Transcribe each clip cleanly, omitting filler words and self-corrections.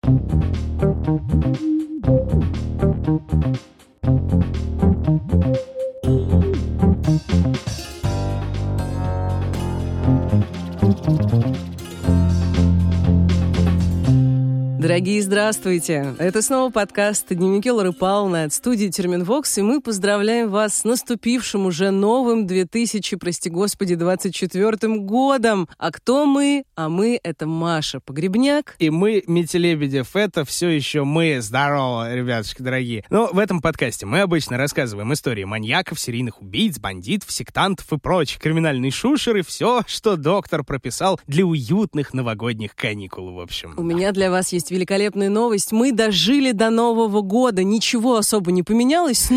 Дорогие, здравствуйте! Это снова подкаст «Дневники Лоры Палны» от студии Терминвокс, и мы поздравляем вас с наступившим уже новым 2024 годом. А кто мы? А мы — это Маша Погребняк. И мы, Митя Лебедев, это все еще мы. Здорово, ребятушки дорогие. Но в этом подкасте мы обычно рассказываем истории маньяков, серийных убийц, бандитов, сектантов и прочей криминальной шушеры. Все, что доктор прописал для уютных новогодних каникул, в общем. У меня для вас есть великолепная новость. Мы дожили до Нового года. Ничего особо не поменялось,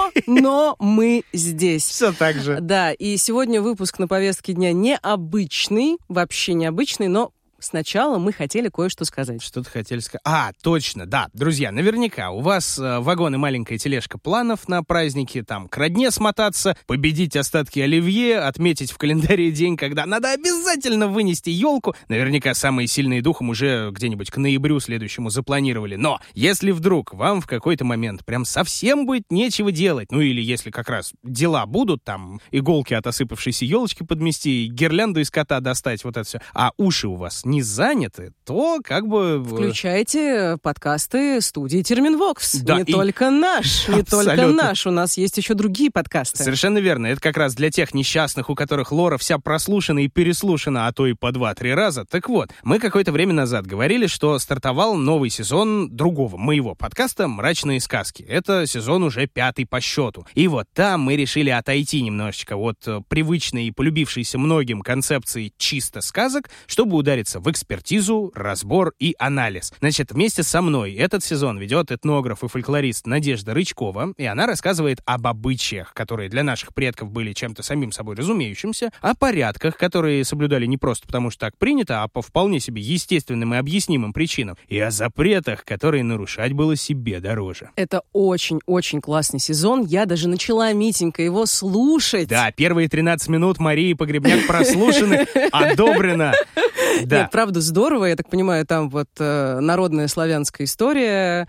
но мы здесь. Все так же. Да, и сегодня выпуск на повестке дня необычный, вообще необычный, но сначала мы хотели кое-что сказать. Что-то хотели сказать. Точно, да. Друзья, наверняка у вас вагон и маленькая тележка планов на праздники, там, к родне смотаться, победить остатки оливье, отметить в календаре день, когда надо обязательно вынести елку. Наверняка самые сильные духом уже где-нибудь к ноябрю следующему запланировали. Но если вдруг вам в какой-то момент прям совсем будет нечего делать, ну или если как раз дела будут, там, иголки от осыпавшейся елочки подмести, гирлянду из кота достать, вот это все, а уши у вас не заняты, то как бы... Включайте подкасты студии Терминвокс. Да, не только наш, не только наш. У нас есть еще другие подкасты. Совершенно верно. Это как раз для тех несчастных, у которых лора вся прослушана и переслушана, а то и по 2-3 раза. Так вот, мы какое-то время назад говорили, что стартовал новый сезон другого, моего подкаста «Мрачные сказки». Это сезон уже 5-й по счету. И вот там мы решили отойти немножечко от привычной и полюбившейся многим концепции чисто сказок, чтобы удариться в экспертизу, разбор и анализ. Значит, вместе со мной этот сезон ведет этнограф и фольклорист Надежда Рычкова, и она рассказывает об обычаях, которые для наших предков были чем-то самим собой разумеющимся, о порядках, которые соблюдали не просто потому, что так принято, а по вполне себе естественным и объяснимым причинам, и о запретах, которые нарушать было себе дороже. Это очень-очень классный сезон. Я даже начала, Митенька, его слушать. Да, первые 13 минут Марии Погребняк прослушаны, одобрено. Да. Нет, правда, здорово. Я так понимаю, там вот народная славянская история,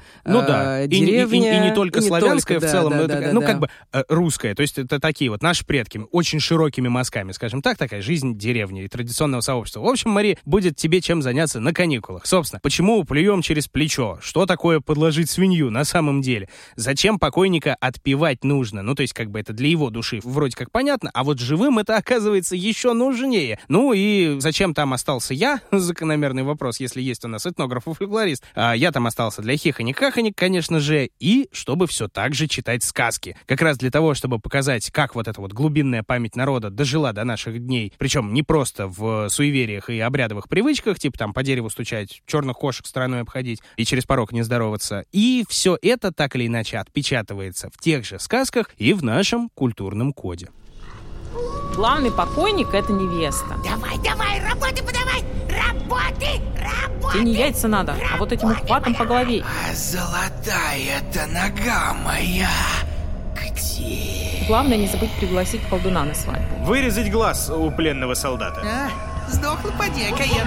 деревня. И не только славянская в целом, но как бы русская. То есть это такие вот наши предки, очень широкими мазками, скажем так, такая жизнь деревни и традиционного сообщества. В общем, Мари, будет тебе чем заняться на каникулах. Собственно, почему плюем через плечо? Что такое подложить свинью на самом деле? Зачем покойника отпевать нужно? Ну, то есть как бы это для его души вроде как понятно, а вот живым это оказывается еще нужнее. Ну и зачем там остался я? Закономерный вопрос, если есть у нас этнограф и фольклорист. Я там остался для хихонек-хахонек, конечно же, и чтобы все так же читать сказки. Как раз для того, чтобы показать, как вот эта вот глубинная память народа дожила до наших дней. Причем не просто в суевериях и обрядовых привычках, типа там по дереву стучать, черных кошек стороной обходить и через порог не здороваться. И все это так или иначе отпечатывается в тех же сказках и в нашем культурном коде. Главный покойник — это невеста. Давай, работай подавай! Работай! Тебе не яйца надо, а вот этим ухватом по голове. А золотая-то нога моя где? Главное не забыть пригласить колдуна на свадьбу. Вырезать глаз у пленного солдата. Сдохла поди-ка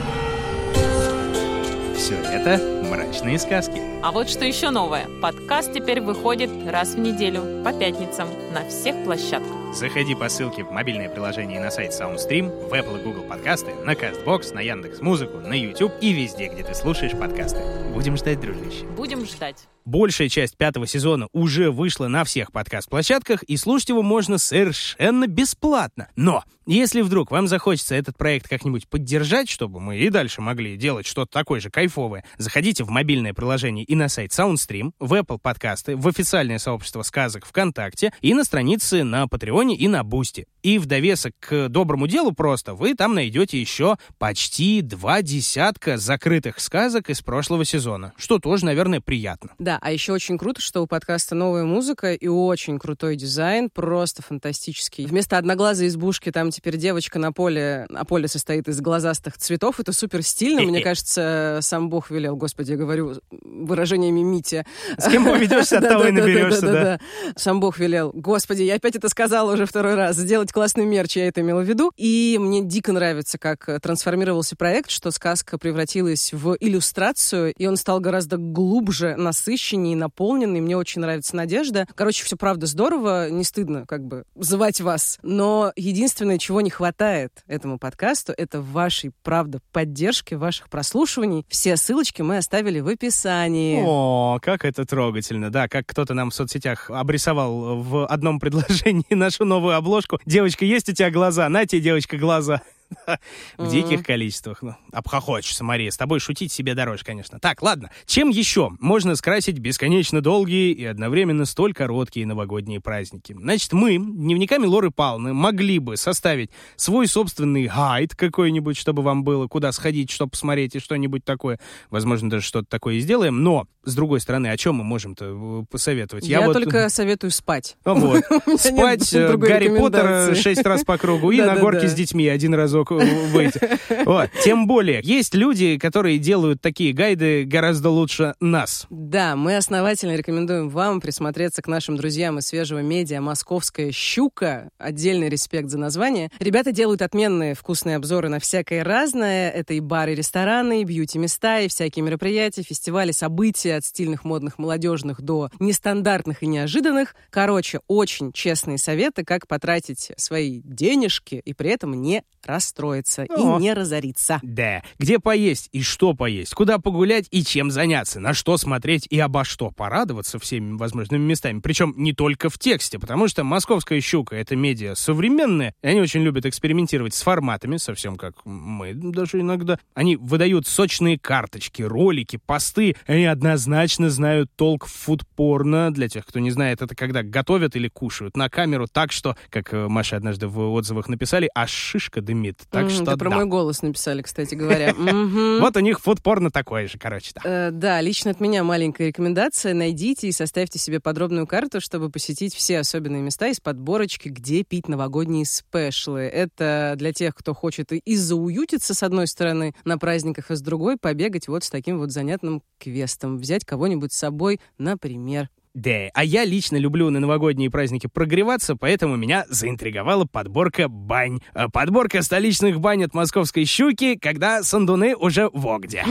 Все это «Мрачные сказки». А вот что еще новое. Подкаст теперь выходит раз в неделю, по пятницам, на всех площадках. Заходи по ссылке в мобильное приложение и на сайт SoundStream, в Apple и Google подкасты, на CastBox, на Яндекс.Музыку, на YouTube и везде, где ты слушаешь подкасты. Будем ждать, дружище. Будем ждать. Большая часть 5-го сезона уже вышла на всех подкаст-площадках, и слушать его можно совершенно бесплатно. Но если вдруг вам захочется этот проект как-нибудь поддержать, чтобы мы и дальше могли делать что-то такое же кайфовое, заходите в мобильное приложение и на сайт SoundStream, в Apple подкасты, в официальное сообщество сказок ВКонтакте и на страницы на Патреоне и на Бусти. И в довесок к доброму делу просто вы там найдете еще почти 20 закрытых сказок из прошлого сезона, что тоже, наверное, приятно. Да, а еще очень круто, что у подкаста новая музыка и очень крутой дизайн, просто фантастический. Вместо одноглазой избушки там теперь девочка на поле, а поле состоит из глазастых цветов. Это супер стильно, мне кажется, сам Бог велел, господи, я говорю выражениями Мити. С кем поведешься, от того и наберешься, да. Сам Бог велел. Господи, я опять это сказала. сказала уже второй раз. Сделать классный мерч, я это имела в виду. И мне дико нравится, как трансформировался проект, что сказка превратилась в иллюстрацию, и он стал гораздо глубже, насыщеннее, наполненный. Мне очень нравится Надежда. Короче, все правда здорово, не стыдно как бы звать вас. Но единственное, чего не хватает этому подкасту, это вашей, правда, поддержки, ваших прослушиваний. Все ссылочки мы оставили в описании. О, как это трогательно, да, как кто-то нам в соцсетях обрисовал в одном предложении нашу новую обложку. Девочка, есть у тебя глаза? На тебе, девочка, глаза. В диких количествах. Ну, обхохочешься, Мария. С тобой шутить себе дороже, конечно. Так, ладно. Чем еще можно скрасить бесконечно долгие и одновременно столь короткие новогодние праздники? Значит, мы, дневниками Лоры Павловны, могли бы составить свой собственный гайд какой-нибудь, чтобы вам было куда сходить, что посмотреть и что-нибудь такое. Возможно, даже что-то такое и сделаем. Но, с другой стороны, о чем мы можем-то посоветовать? Я только советую спать. Вот. Спать, Гарри Поттера 6 раз по кругу и на горке с детьми один разок выйти. Вот. Тем более, есть люди, которые делают такие гайды гораздо лучше нас. Да, мы основательно рекомендуем вам присмотреться к нашим друзьям из свежего медиа «Московская щука». Отдельный респект за название. Ребята делают отменные вкусные обзоры на всякое разное. Это и бары, и рестораны, и бьюти-места, и всякие мероприятия, фестивали, события от стильных, модных, молодежных до нестандартных и неожиданных. Короче, очень честные советы, как потратить свои денежки и при этом не расстроиться и не разориться. Да. Где поесть и что поесть, куда погулять и чем заняться, на что смотреть и обо что порадоваться всеми возможными местами. Причем не только в тексте, потому что «Московская щука» — это медиа современное, и они очень любят экспериментировать с форматами, совсем как мы даже иногда. Они выдают сочные карточки, ролики, посты. Они однозначно знают толк в фудпорно. Для тех, кто не знает, это когда готовят или кушают на камеру так, что, как Маша однажды в отзывах написали, аж шишка дымит. Так что это про мой голос написали, кстати говоря. Вот у них фудпорно такое же, короче. Да, лично от меня маленькая рекомендация. Найдите и составьте себе подробную карту, чтобы посетить все особенные места из подборочки «Где пить новогодние спешлы». Это для тех, кто хочет и зауютиться, с одной стороны, на праздниках, а с другой побегать вот с таким вот занятным квестом. Взять кого-нибудь с собой, например. Да, а я лично люблю на новогодние праздники прогреваться, поэтому меня заинтриговала подборка бань. Подборка столичных бань от «Московской щуки», когда сандуны уже в Огде.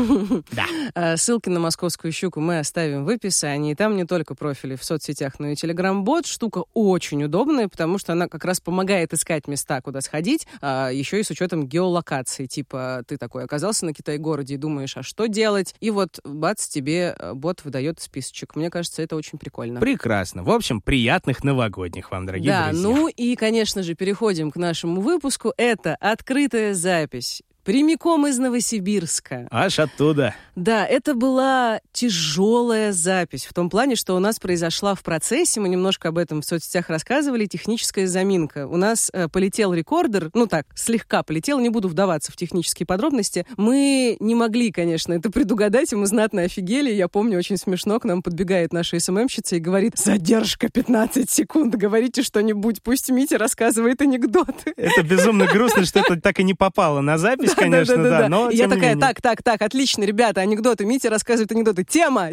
Да. Ссылки на «Московскую щуку» мы оставим в описании. Там не только профили в соцсетях, но и телеграм-бот. Штука очень удобная, потому что она как раз помогает искать места, куда сходить, еще и с учетом геолокации. Типа ты такой оказался на Китай-городе и думаешь, а что делать? И вот бац, тебе бот выдает списочек. Мне кажется, это очень прикольно. Прекрасно. В общем, приятных новогодних вам, дорогие друзья. Да, ну и, конечно же, переходим к нашему выпуску. Это открытая запись. Прямиком из Новосибирска. Аж оттуда. Да, это была тяжелая запись. В том плане, что у нас произошла в процессе, мы немножко об этом в соцсетях рассказывали, техническая заминка. У нас полетел рекордер, ну так, слегка полетел, не буду вдаваться в технические подробности. Мы не могли, конечно, это предугадать, и мы знатно офигели. Я помню, очень смешно, к нам подбегает наша СММщица и говорит: задержка 15 секунд, говорите что-нибудь, пусть Митя рассказывает анекдоты. Это безумно грустно, что это так и не попало на запись, конечно, да. Но я такая, так, отлично, ребята, анекдоты, Митя рассказывает анекдоты. Тема.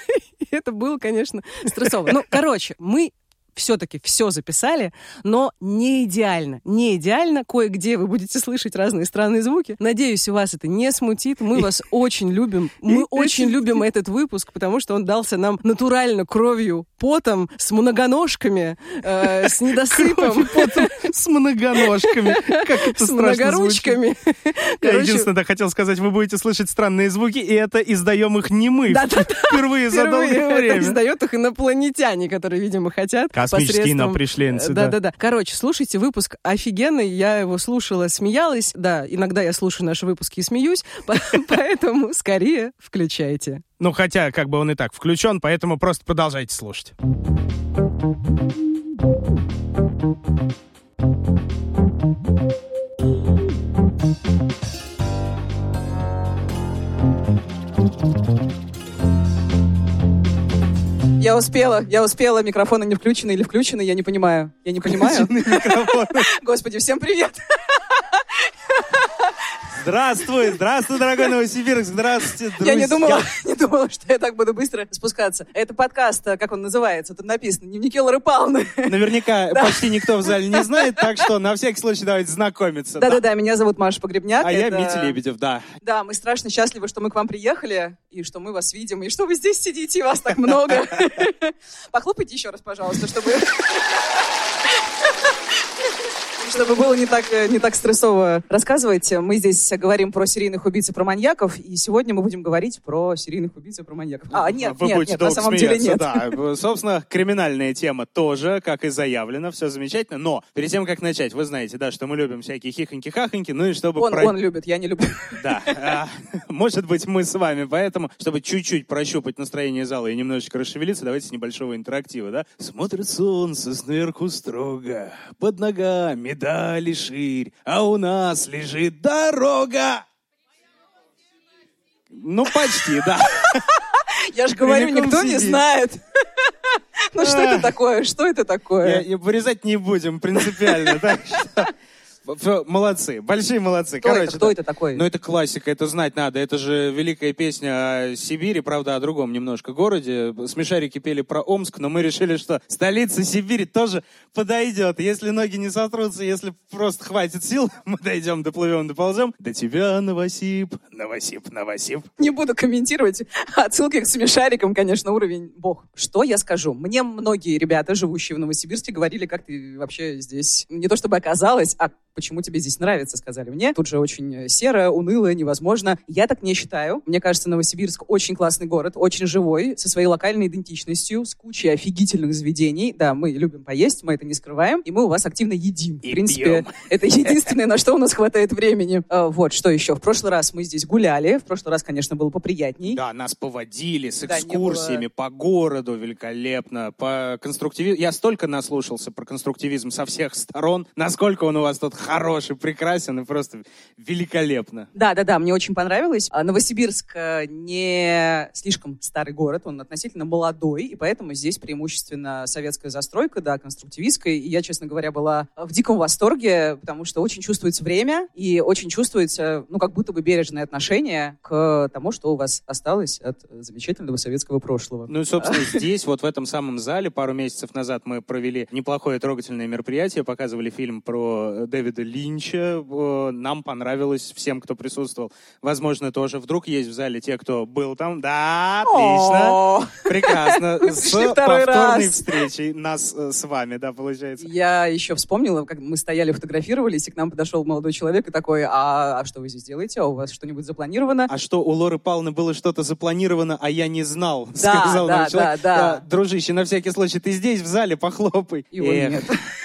И это было, конечно, стрессово. Ну, короче, мы все-таки все записали, но не идеально. Не идеально. Кое-где вы будете слышать разные странные звуки. Надеюсь, вас это не смутит. Мы вас очень любим. Мы очень любим этот выпуск, потому что он дался нам натурально кровью, потом, с многоножками, с недосыпом. С многоножками. Как это страшно многоручками. Я единственное хотел сказать, вы будете слышать странные звуки, и это издаем их не мы. Впервые за долгое время. Издают их инопланетяне, которые, видимо, хотят. Космические напришленцы, да. Да. Короче, слушайте, выпуск офигенный, я его слушала, смеялась. Да, иногда я слушаю наши выпуски и смеюсь, поэтому скорее включайте. Ну, хотя, как бы он и так включен, поэтому просто продолжайте слушать. Я успела, микрофоны не включены или включены, я не понимаю. Господи, всем привет! Здравствуй, дорогой Новосибирск, здравствуйте, друзья. Я не думала, что я так буду быстро спускаться. Это подкаст, как он называется, тут написано, «Дневники Лоры Павловны». Наверняка почти никто в зале не знает, так что на всякий случай давайте знакомиться. Да-да-да, меня зовут Маша Погребняк. А я Митя Лебедев, да. Да, мы страшно счастливы, что мы к вам приехали, и что мы вас видим, и что вы здесь сидите, и вас так много. Похлопайте еще раз, пожалуйста, чтобы было не так стрессово рассказывать. Мы здесь говорим про серийных убийц и про маньяков, и сегодня мы будем говорить про серийных убийц и про маньяков. Нет, на самом деле нет. Да. Собственно, криминальная тема тоже, как и заявлено, все замечательно. Но перед тем, как начать, вы знаете, да, что мы любим всякие хихоньки-хахоньки, ну и чтобы... Он любит, я не люблю. Да, может быть, мы с вами, поэтому, чтобы чуть-чуть прощупать настроение зала и немножечко расшевелиться, давайте с небольшого интерактива, да? Смотрит солнце сверху строго, под ногами дали ширь, а у нас лежит дорога. Ну, почти, да. Я же говорю, никто не знает. Ну, что это такое? Что это такое? Вырезать не будем принципиально, так что... Молодцы, большие молодцы. Кто это такой? Ну, это классика, это знать надо. Это же великая песня о Сибири, правда, о другом немножко городе. Смешарики пели про Омск, но мы решили, что столица Сибири тоже подойдет. Если ноги не сотрутся, если просто хватит сил, мы дойдем, доплывем, доползем. До тебя, Новосиб. Не буду комментировать. Отсылки к смешарикам, конечно, уровень бог. Что я скажу? Мне многие ребята, живущие в Новосибирске, говорили, как ты вообще здесь не то чтобы оказалась, а почему тебе здесь нравится, сказали мне. Тут же очень серо, уныло, невозможно. Я так не считаю. Мне кажется, Новосибирск очень классный город, очень живой, со своей локальной идентичностью, с кучей офигительных заведений. Да, мы любим поесть, мы это не скрываем, и мы у вас активно едим. В принципе, это единственное, на что у нас хватает времени. Вот, что еще? В прошлый раз мы здесь гуляли. В прошлый раз, конечно, было поприятней. Да, нас поводили с экскурсиями по городу, великолепно. По конструктивизму. Я столько наслушался про конструктивизм со всех сторон. Насколько он у вас тут хороший, прекрасен и просто великолепно. Да, мне очень понравилось. Новосибирск не слишком старый город, он относительно молодой, и поэтому здесь преимущественно советская застройка, да, конструктивистская. И я, честно говоря, была в диком восторге, потому что очень чувствуется время и очень чувствуется, как будто бы бережное отношение к тому, что у вас осталось от замечательного советского прошлого. Ну и, собственно, здесь, вот в этом самом зале, пару месяцев назад мы провели неплохое трогательное мероприятие, показывали фильм про Дэвида Линча. Нам понравилось, всем, кто присутствовал. Возможно, тоже. Вдруг есть в зале те, кто был там. Да, отлично. Прекрасно. С повторной встречей нас с вами, да, получается. Я еще вспомнила, как мы стояли, фотографировались, и к нам подошел молодой человек и такой: а что вы здесь делаете? А у вас что-нибудь запланировано? А что, у Лоры Павловны было что-то запланировано, а я не знал? Да, сказал нам человек. Да. Дружище, на всякий случай, ты здесь в зале, похлопай. Его нет.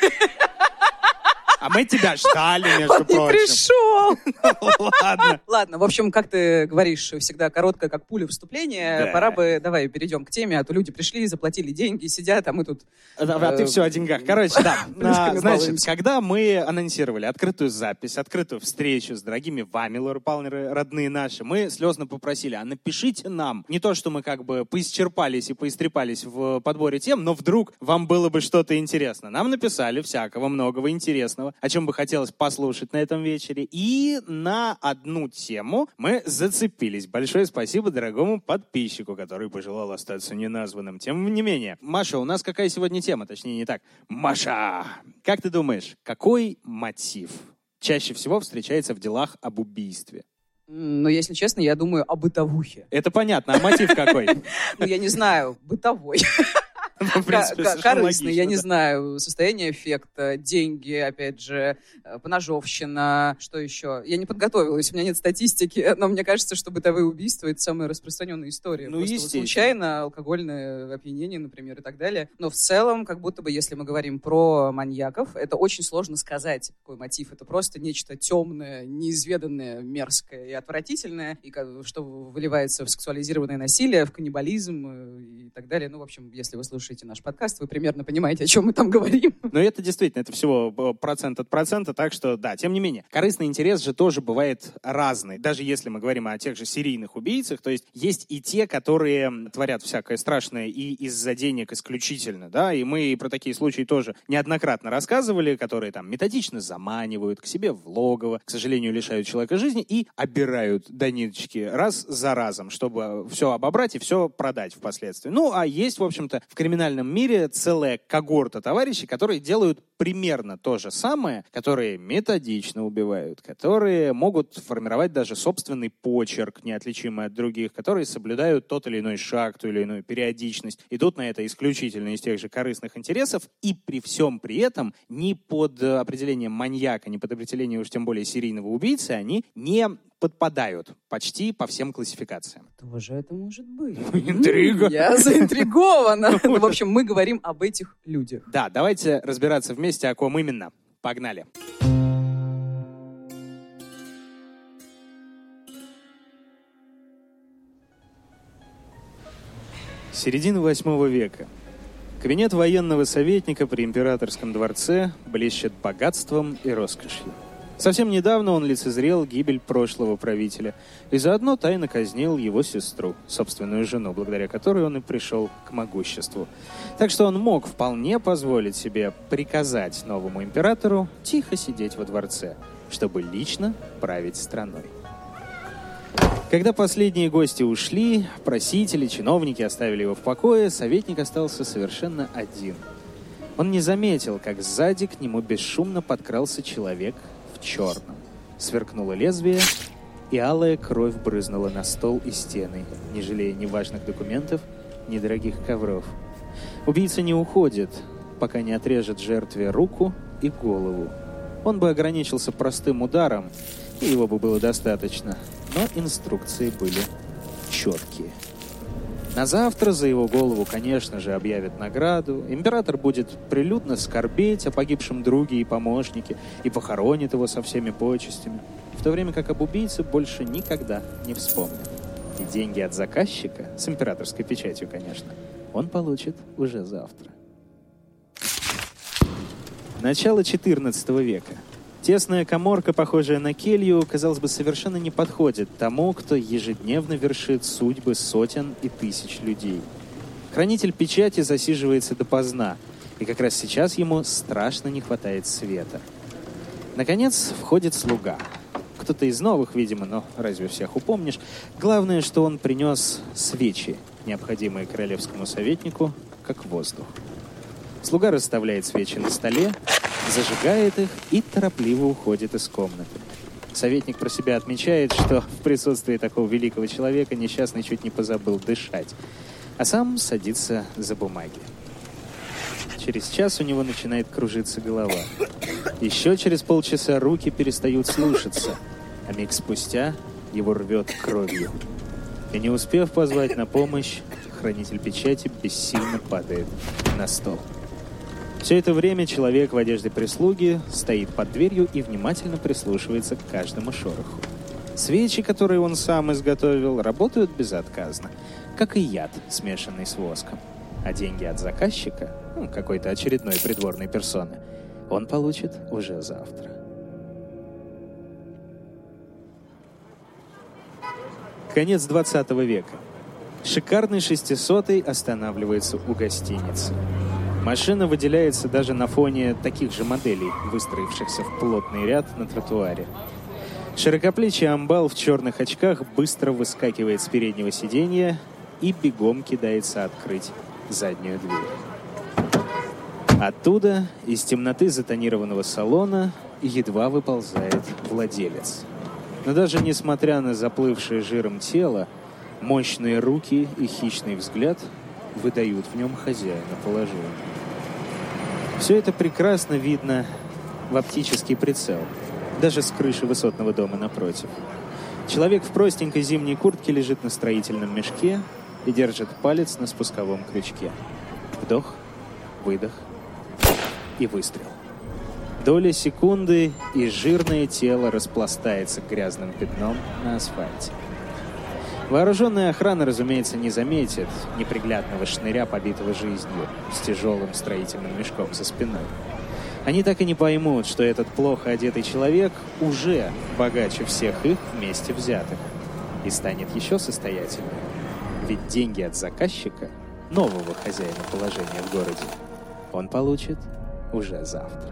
А мы тебя ждали, между прочим. Он не пришел. Ладно. Ладно, в общем, как ты говоришь, всегда короткое, как пуля вступление. Да. Пора бы, давай перейдем к теме, а то люди пришли, заплатили деньги, сидят, а мы тут... А ты все о деньгах. Короче, да. Значит, когда мы анонсировали открытую запись, открытую встречу с дорогими вами, Лора Павловна, родные наши, мы слезно попросили, а напишите нам. Не то, что мы как бы поисчерпались и поистрепались в подборе тем, но вдруг вам было бы что-то интересно. Нам написали всякого, многого интересного, о чем бы хотелось послушать на этом вечере. И на одну тему мы зацепились. Большое спасибо дорогому подписчику, который пожелал остаться неназванным. Тем не менее. Маша, у нас какая сегодня тема? Точнее, не так. Маша, как ты думаешь, какой мотив чаще всего встречается в делах об убийстве? Ну, если честно, я думаю о бытовухе. Это понятно. А мотив какой? Ну, я не знаю. Бытовой. Корыстный, я не знаю, состояние эффекта, деньги, опять же, поножовщина, что еще? Я не подготовилась, у меня нет статистики, но мне кажется, что бытовые убийства — это самая распространенная история. Ну, просто случайно, алкогольное опьянение, например, и так далее. Но в целом, как будто бы, если мы говорим про маньяков, это очень сложно сказать, какой мотив. Это просто нечто темное, неизведанное, мерзкое и отвратительное, и что выливается в сексуализированное насилие, в каннибализм так далее. Ну, в общем, если вы слушаете наш подкаст, вы примерно понимаете, о чем мы там говорим. Но это действительно, это всего процент от процента, так что, да, тем не менее. Корыстный интерес же тоже бывает разный. Даже если мы говорим о тех же серийных убийцах, то есть и те, которые творят всякое страшное и из-за денег исключительно, да, и мы про такие случаи тоже неоднократно рассказывали, которые там методично заманивают к себе в логово, к сожалению, лишают человека жизни и обирают до ниточки раз за разом, чтобы все обобрать и все продать впоследствии. Ну, а есть, в общем-то, в криминальном мире целая когорта товарищей, которые делают примерно то же самое, которые методично убивают, которые могут формировать даже собственный почерк, неотличимый от других, которые соблюдают тот или иной шаг, ту или иную периодичность, идут на это исключительно из тех же корыстных интересов, и при всем при этом ни под определением маньяка, ни под определением уж тем более серийного убийцы они не подпадают почти по всем классификациям. Кто же это может быть? Интрига. Я заинтригована. В общем, мы говорим об этих людях. Да, давайте разбираться вместе, о ком именно. Погнали. Середина 8 века. Кабинет военного советника при императорском дворце блещет богатством и роскошью. Совсем недавно он лицезрел гибель прошлого правителя и заодно тайно казнил его сестру, собственную жену, благодаря которой он и пришел к могуществу. Так что он мог вполне позволить себе приказать новому императору тихо сидеть во дворце, чтобы лично править страной. Когда последние гости ушли, просители, чиновники оставили его в покое, советник остался совершенно один. Он не заметил, как сзади к нему бесшумно подкрался человек в черном. Сверкнуло лезвие, и алая кровь брызнула на стол и стены, не жалея ни важных документов, ни дорогих ковров. Убийца не уходит, пока не отрежет жертве руку и голову. Он бы ограничился простым ударом, и его бы было достаточно, но инструкции были четкие. На завтра за его голову, конечно же, объявят награду. Император будет прилюдно скорбеть о погибшем друге и помощнике и похоронит его со всеми почестями, в то время как об убийце больше никогда не вспомнят. И деньги от заказчика, с императорской печатью, конечно, он получит уже завтра. Начало XIV века. Тесная каморка, похожая на келью, казалось бы, совершенно не подходит тому, кто ежедневно вершит судьбы сотен и тысяч людей. Хранитель печати засиживается допоздна, и как раз сейчас ему страшно не хватает света. Наконец входит слуга. Кто-то из новых, видимо, но разве всех упомнишь? Главное, что он принес свечи, необходимые королевскому советнику, как воздух. Слуга расставляет свечи на столе, зажигает их и торопливо уходит из комнаты. Советник про себя отмечает, что в присутствии такого великого человека несчастный чуть не позабыл дышать, а сам садится за бумаги. Через час у него начинает кружиться голова. Еще через полчаса руки перестают слушаться, а миг спустя его рвет кровью. И не успев позвать на помощь, хранитель печати бессильно падает на стол. Все это время человек в одежде прислуги стоит под дверью и внимательно прислушивается к каждому шороху. Свечи, которые он сам изготовил, работают безотказно, как и яд, смешанный с воском. А деньги от заказчика, какой-то очередной придворной персоны, он получит уже завтра. Конец 20 века. Шикарный 600-й останавливается у гостиницы. Машина выделяется даже на фоне таких же моделей, выстроившихся в плотный ряд на тротуаре. Широкоплечий амбал в черных очках быстро выскакивает с переднего сиденья и бегом кидается открыть заднюю дверь. Оттуда, из темноты затонированного салона, едва выползает владелец. Но даже несмотря на заплывшее жиром тело, мощные руки и хищный взгляд выдают в нем хозяина положения. Все это прекрасно видно в оптический прицел, даже с крыши высотного дома напротив. Человек в простенькой зимней куртке лежит на строительном мешке и держит палец на спусковом крючке. Вдох, выдох и выстрел. Доля секунды, и жирное тело распластается грязным пятном на асфальте. Вооруженная охрана, разумеется, не заметит неприглядного шныря, побитого жизнью, с тяжелым строительным мешком за спиной. Они так и не поймут, что этот плохо одетый человек уже богаче всех их вместе взятых и станет еще состоятельнее. Ведь деньги от заказчика, нового хозяина положения в городе, он получит уже завтра.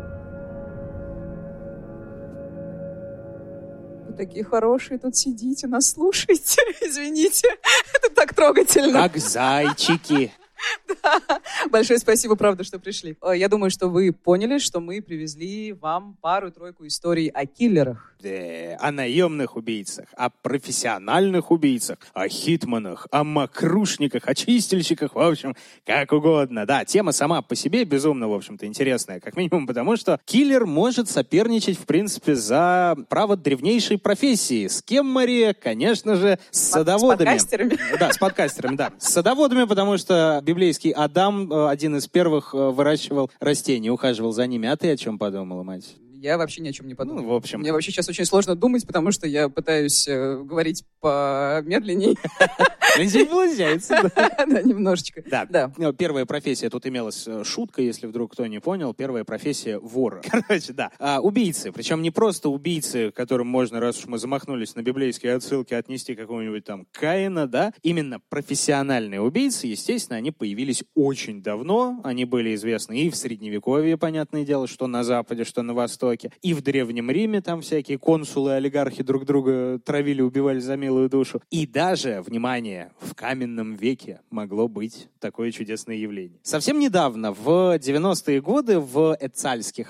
Вы такие хорошие тут сидите, нас слушаете. Извините, это так трогательно. Как зайчики. Да. Большое спасибо, правда, что пришли. Я думаю, что вы поняли, что мы привезли вам пару-тройку историй о киллерах. О наемных убийцах, о профессиональных убийцах, о хитманах, о мокрушниках, о чистильщиках, в общем, как угодно. Да, тема сама по себе безумно, в общем-то, интересная, как минимум потому, что киллер может соперничать, в принципе, за право древнейшей профессии. С кем, Мария? Конечно же, с садоводами. С подкастерами? Да, с подкастерами, да. С садоводами, потому что библейский Адам, один из первых, выращивал растения, ухаживал за ними. А ты о чем подумала, мать? Я вообще ни о чем не подумала. Ну, в общем. Мне вообще сейчас очень сложно думать, потому что я пытаюсь говорить помедленнее. Не получается, да. Да, немножечко. Да. Первая профессия, тут имелась шутка, если вдруг кто не понял, первая профессия вора. Короче, да. Убийцы, причем не просто убийцы, которым можно, раз уж мы замахнулись на библейские отсылки, отнести какого-нибудь там Каина, да. Именно профессиональные убийцы, естественно, они появились очень давно. Они были известны и в Средневековье, понятное дело, что на Западе, что на Востоке. И в Древнем Риме там всякие консулы, олигархи друг друга травили, убивали за милую душу. И даже, внимание, в каменном веке могло быть такое чудесное явление. Совсем недавно, в 90-е годы, в Эцальских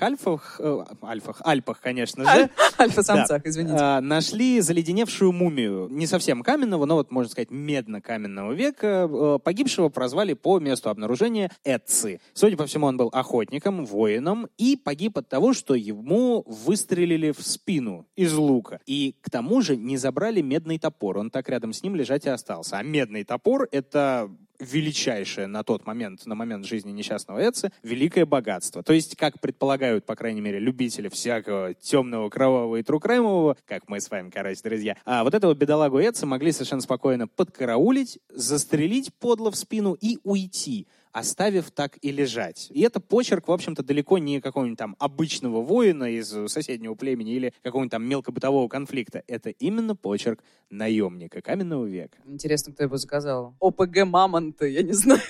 Альпах, конечно же. Альфа-самцах, извините. Нашли заледеневшую мумию. Не совсем каменного, но вот, можно сказать, медно-каменного века. Погибшего прозвали по месту обнаружения Эци. Судя по всему, он был охотником, воином и погиб от того, что ему выстрелили в спину из лука. И к тому же не забрали медный топор. Он так рядом с ним лежать и остался. А медный топор — это величайшее на тот момент, на момент жизни несчастного Эци, великое богатство. То есть, как предполагают, по крайней мере, любители всякого темного, кровавого и трукраймового, как мы с вами, короче, друзья, вот этого бедолагу Эци могли совершенно спокойно подкараулить, застрелить подло в спину и уйти, оставив так и лежать. И это почерк, в общем-то, далеко не какого-нибудь там обычного воина из соседнего племени или какого-нибудь там мелкобытового конфликта. Это именно почерк наемника каменного века. Интересно, кто его заказал. ОПГ Мамонты, я не знаю.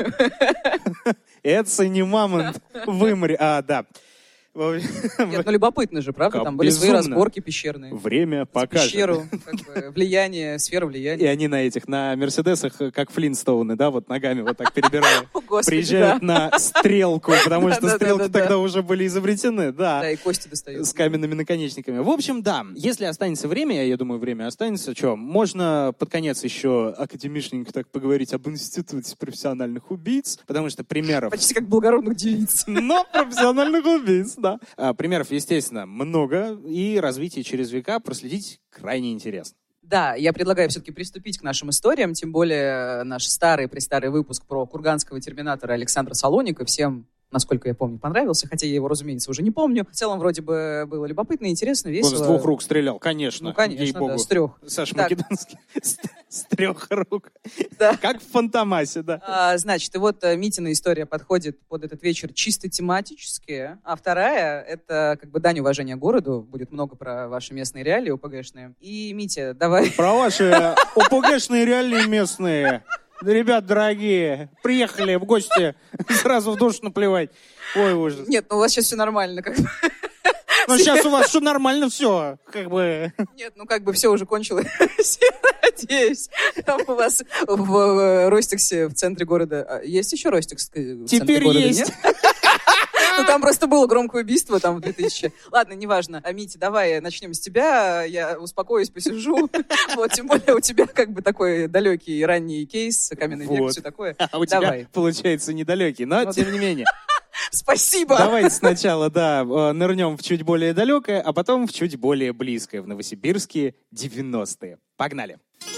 Это не мамонт, вымри. Да. Нет, любопытно же, правда? Там были свои разборки пещерные. Время покажет. Пещеру, влияние, сфера влияния. И они на Мерседесах, как Флинстоуны, да, вот ногами вот так перебирая. Приезжают на стрелку, потому что стрелки тогда уже были изобретены, да. Да, и кости достают. С каменными наконечниками. В общем, да, если останется время, я думаю, время останется, можно под конец еще академичненько так поговорить об институте профессиональных убийц, потому что примеров... Почти как благородных девиц. Но профессиональных убийц, да. Примеров, естественно, много, и развитие через века проследить крайне интересно. Да, я предлагаю все-таки приступить к нашим историям, тем более наш старый-престарый выпуск про курганского терминатора Александра Салоника всем, насколько я помню, понравился, хотя я его, разумеется, уже не помню. В целом, вроде бы, было любопытно, интересно, весело. Он с 2 рук стрелял, конечно. Ну, конечно, да, с 3. Саша Македонский. С 3 рук. Да. Как в Фантомасе, да. Значит, и вот Митина история подходит под этот вечер чисто тематически, а вторая, это как бы дань уважения городу, будет много про ваши местные реалии ОПГшные. И, Митя, давай... Про ваши ОПГшные реалии местные. Ребят, дорогие, приехали в гости, сразу в душ наплевать. Ой, ужас. Нет, у вас сейчас все нормально, как бы. Ну, сейчас у вас все нормально, все, как бы. Нет, все уже кончилось, надеюсь. Там у вас в Ростиксе, в центре города, есть еще Ростикс в центре города? Теперь есть. Нет? Ну, там просто было громкое убийство, там, в 2000... Ладно, неважно. Митя, давай начнем с тебя. Я успокоюсь, посижу. Вот, тем более у тебя как бы такой далекий ранний кейс, каменный век, все такое. А у тебя, получается, недалекий, но тем не менее. Спасибо! Давайте сначала, нырнем в чуть более далекое, а потом в чуть более близкое, в новосибирские 90-е. Погнали!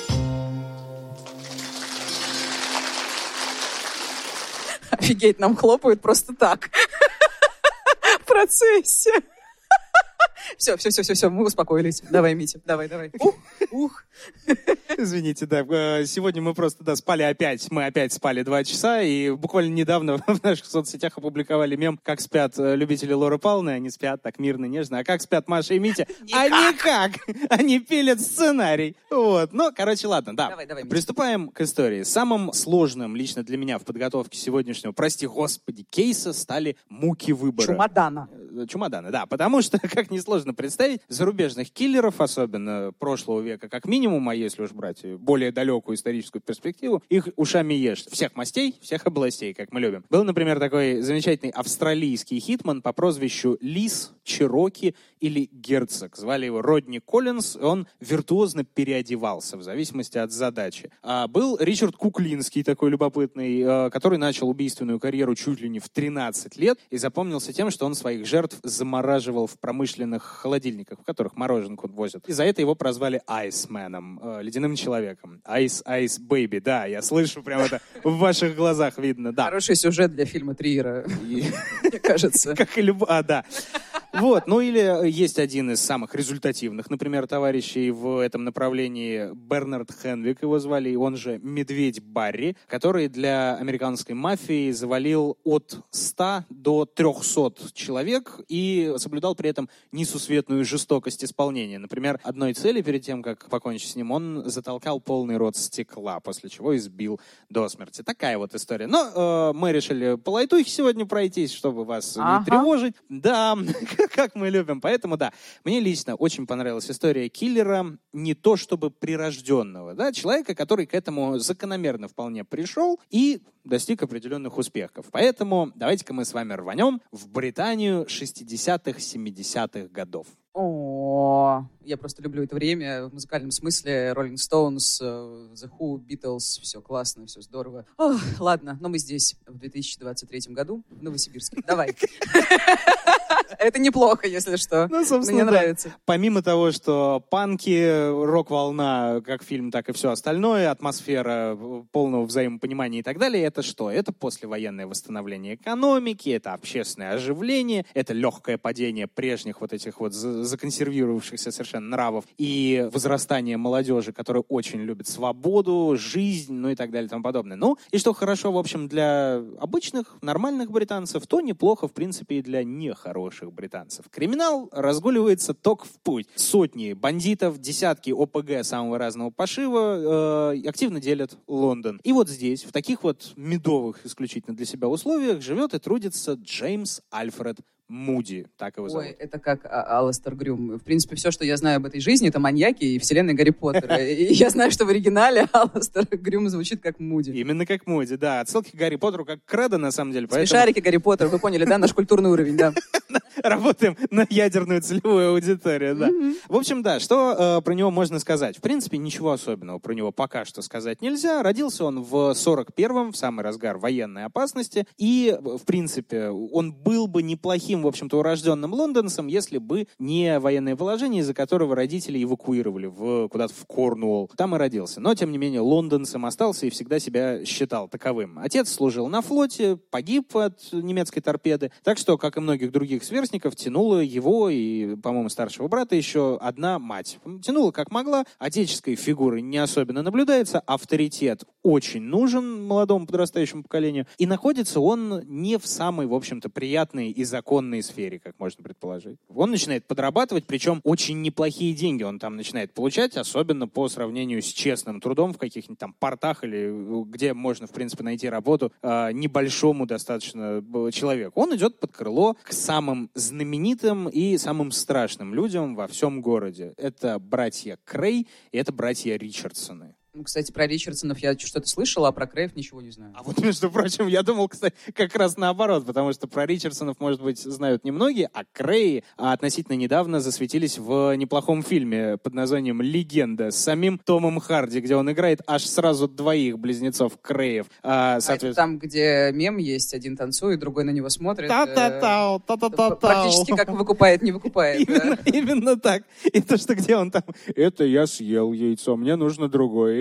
Офигеть, нам хлопают просто так. В процессе. Все, мы успокоились. Давай, Митя, давай. Ух. Извините, да. Сегодня мы просто, спали опять. Мы опять спали 2 часа, и буквально недавно в наших соцсетях опубликовали мем, как спят любители Лоры Павловны. Они спят так мирно, нежно. А как спят Маша и Митя? А никак! Они пилят сценарий. Вот. Ну, короче, ладно, да. Давай, Приступаем к истории. Самым сложным лично для меня в подготовке сегодняшнего, прости господи, кейса стали муки выбора. Чемоданы, да. Потому что, как несложно представить, зарубежных киллеров, особенно прошлого века, как минимум, а если уж брать более далекую историческую перспективу, их ушами ешь. Всех мастей, всех областей, как мы любим. Был, например, такой замечательный австралийский хитман по прозвищу Лис, Чероки или Герцог. Звали его Родни Коллинз, он виртуозно переодевался в зависимости от задачи. Был Ричард Куклинский, такой любопытный, который начал убийственную карьеру чуть ли не в 13 лет и запомнился тем, что он своих жертв замораживал в промышленных холодильниках, в которых мороженку возят. И за это его прозвали Айсменом, ледяным человеком. Ice Baby, да, я слышу, прямо это в ваших глазах видно, да. Хороший сюжет для фильма Триера, мне кажется. Как и да. Вот, ну или есть один из самых результативных, например, товарищей в этом направлении, Бернард Хенвик его звали, он же Медведь Барри, который для американской мафии завалил от 100 до 300 человек и соблюдал при этом несусветную жестокость исполнения. Например, одной цели перед тем, как покончить с ним, он затолкал полный рот стекла, после чего избил до смерти. Такая вот история. Но мы решили по лайтухе сегодня пройтись, чтобы вас не тревожить. Да, как мы любим. Поэтому, да, мне лично очень понравилась история киллера, не то чтобы прирожденного, да, человека, который к этому закономерно вполне пришел и достиг определенных успехов. Поэтому давайте-ка мы с вами рванем в Британию 60-х, 70-х годов. О, я просто люблю это время в музыкальном смысле. Rolling Stones, The Who, Beatles, все классно, все здорово. Ох, ладно, но мы здесь в 2023 году в Новосибирске. Давай. Это неплохо, если что. Ну, собственно, мне нравится. Помимо того, что панки, рок-волна, как фильм, так и все остальное, атмосфера полного взаимопонимания и так далее, это что? Это послевоенное восстановление экономики, это общественное оживление, это легкое падение прежних вот этих вот законсервировавшихся совершенно нравов и возрастание молодежи, которая очень любит свободу, жизнь, ну и так далее и тому подобное. Ну, и что хорошо, в общем, для обычных, нормальных британцев, то неплохо, в принципе, и для нехороших британцев. Криминал разгуливается ток в путь. Сотни бандитов, десятки ОПГ самого разного пошива активно делят Лондон. И вот здесь, в таких вот медовых исключительно для себя условиях, живет и трудится Джеймс Альфред Муди, так его зовут. Ой, это как Аластер Грюм. В принципе, все, что я знаю об этой жизни, это маньяки и вселенная Гарри Поттера. И я знаю, что в оригинале Аластер Грюм звучит как Муди. Именно как Муди, да. Отсылки к Гарри Поттеру как кредо, на самом деле. Смешарики Гарри Поттер, вы поняли, да? Наш культурный уровень, да. Работаем на ядерную целевую аудиторию, да. В общем, да, что про него можно сказать? В принципе, ничего особенного про него пока что сказать нельзя. Родился он в 41-м, в самый разгар военной опасности. И, в принципе, он был бы неплохим, в общем-то, урожденным лондонцем, если бы не военное положение, из-за которого родители эвакуировали куда-то в Корнуолл. Там и родился. Но, тем не менее, лондонцем остался и всегда себя считал таковым. Отец служил на флоте, погиб от немецкой торпеды. Так что, как и многих других сверстников, тянула его и, по-моему, старшего брата еще одна мать. Тянула как могла. Отеческой фигуры не особенно наблюдается. Авторитет очень нужен молодому подрастающему поколению. И находится он не в самой, в общем-то, приятной и законной сфере, как можно предположить. Он начинает подрабатывать, причем очень неплохие деньги он там начинает получать, особенно по сравнению с честным трудом в каких-нибудь там портах или где можно, в принципе, найти работу небольшому достаточно человеку. Он идет под крыло к самым знаменитым и самым страшным людям во всем городе. Это братья Крей и это братья Ричардсоны. Ну, кстати, про Ричардсонов я что-то слышала, а про Креев ничего не знаю. А вот, между прочим, я думал, кстати, как раз наоборот, потому что про Ричардсонов, может быть, знают немногие, а Креи относительно недавно засветились в неплохом фильме под названием «Легенда» с самим Томом Харди, где он играет аж сразу двоих близнецов Креев. Это там, где мем есть, один танцует, другой на него смотрит. Та-та-тау, та-та-та-тау. Практически как выкупает, не выкупает. Именно так. И то, что где он там, это я съел яйцо, мне нужно другое.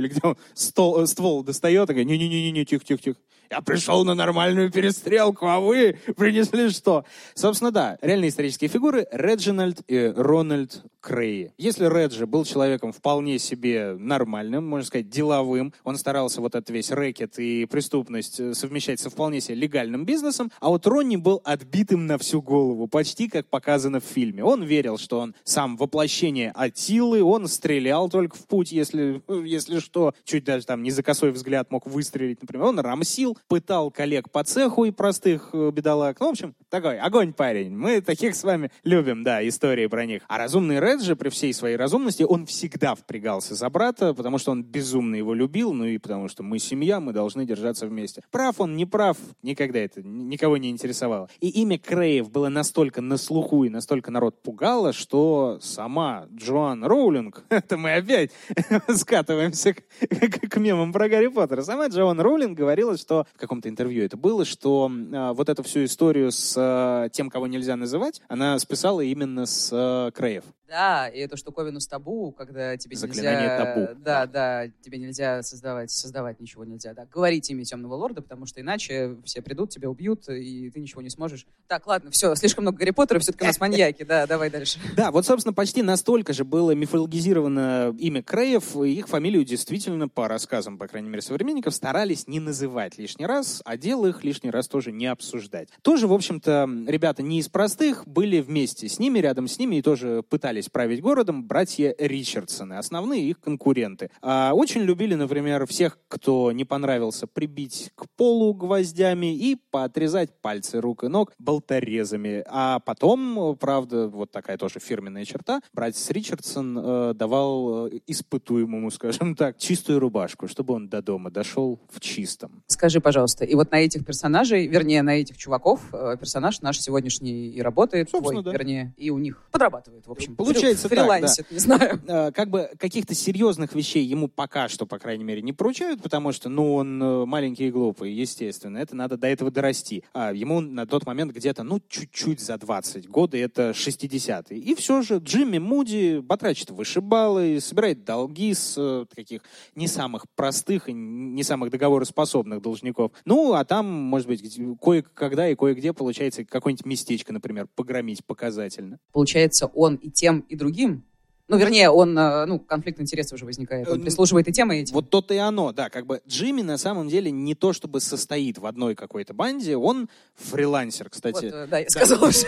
или где он ствол достает и говорит: не-не-не, тихо-тихо-тихо. Я пришел на нормальную перестрелку, а вы принесли что? Собственно, да, реальные исторические фигуры Реджинальд и Рональд Крей. Если Реджи был человеком вполне себе нормальным, можно сказать, деловым, он старался вот этот весь рэкет и преступность совмещать со вполне себе легальным бизнесом, а вот Ронни был отбитым на всю голову, почти как показано в фильме. Он верил, что он сам воплощение Аттилы, он стрелял только в путь, если что, чуть даже там не за косой взгляд мог выстрелить, например. Он рамсил, пытал коллег по цеху и простых бедолаг. Ну, в общем, такой огонь парень. Мы таких с вами любим, да, истории про них. А разумный Реджи, при всей своей разумности, он всегда впрягался за брата, потому что он безумно его любил, ну и потому что мы семья, мы должны держаться вместе. Прав он, не прав, никогда это никого не интересовало. И имя Креев было настолько на слуху и настолько народ пугало, что сама Джоан Роулинг, это мы опять скатываемся к мемам про Гарри Поттера, сама Джоан Роулинг говорила, что в каком-то интервью это было, что вот эту всю историю с тем, кого нельзя называть, она списала именно с Креев. Да, и эту штуковину с табу, когда тебе заклинание нельзя... табу. Да, тебе нельзя создавать ничего нельзя, да. Говорить имя Темного Лорда, потому что иначе все придут, тебя убьют, и ты ничего не сможешь. Так, ладно, все, слишком много Гарри Поттера, все-таки у нас маньяки, да, давай дальше. Да, вот, собственно, почти настолько же было мифологизировано имя Креев, и их фамилию действительно, по рассказам, по крайней мере, современников, старались не называть лишний раз, а дело их лишний раз тоже не обсуждать. Тоже, в общем-то, ребята не из простых, были вместе с ними, рядом с ними, и тоже пытались править городом братья Ричардсоны, основные их конкуренты. Очень любили, например, всех, кто не понравился, прибить к полу гвоздями и поотрезать пальцы рук и ног болторезами. А потом, правда, вот такая тоже фирменная черта, братец Ричардсон давал испытуемому, скажем так, чистую рубашку, чтобы он до дома дошел в чистом. Скажи, пожалуйста, и вот на этих персонажей, вернее, на этих чуваков, персонаж наш сегодняшний и работает, твой, да. Вернее, и у них подрабатывает, в общем. Получается фрилансит, так, да. Не знаю. Как бы каких-то серьезных вещей ему пока что, по крайней мере, не поручают, потому что, он маленький и глупый, естественно. Это надо до этого дорасти. Ему на тот момент где-то, чуть-чуть за 20 года, это 60-е. И все же Джимми Муди батрачит вышибалы, собирает долги с таких не самых простых и не самых договороспособных должников. А там, может быть, кое-когда и кое-где получается какое-нибудь местечко, например, погромить показательно. Получается, он и тем, и другим. Вернее, он, конфликт интересов уже возникает. Он прислуживает и тем, и этим. Вот то-то и оно, да. Как бы Джимми на самом деле не то чтобы состоит в одной какой-то банде, он фрилансер, кстати. Вот, да, я сказала уже.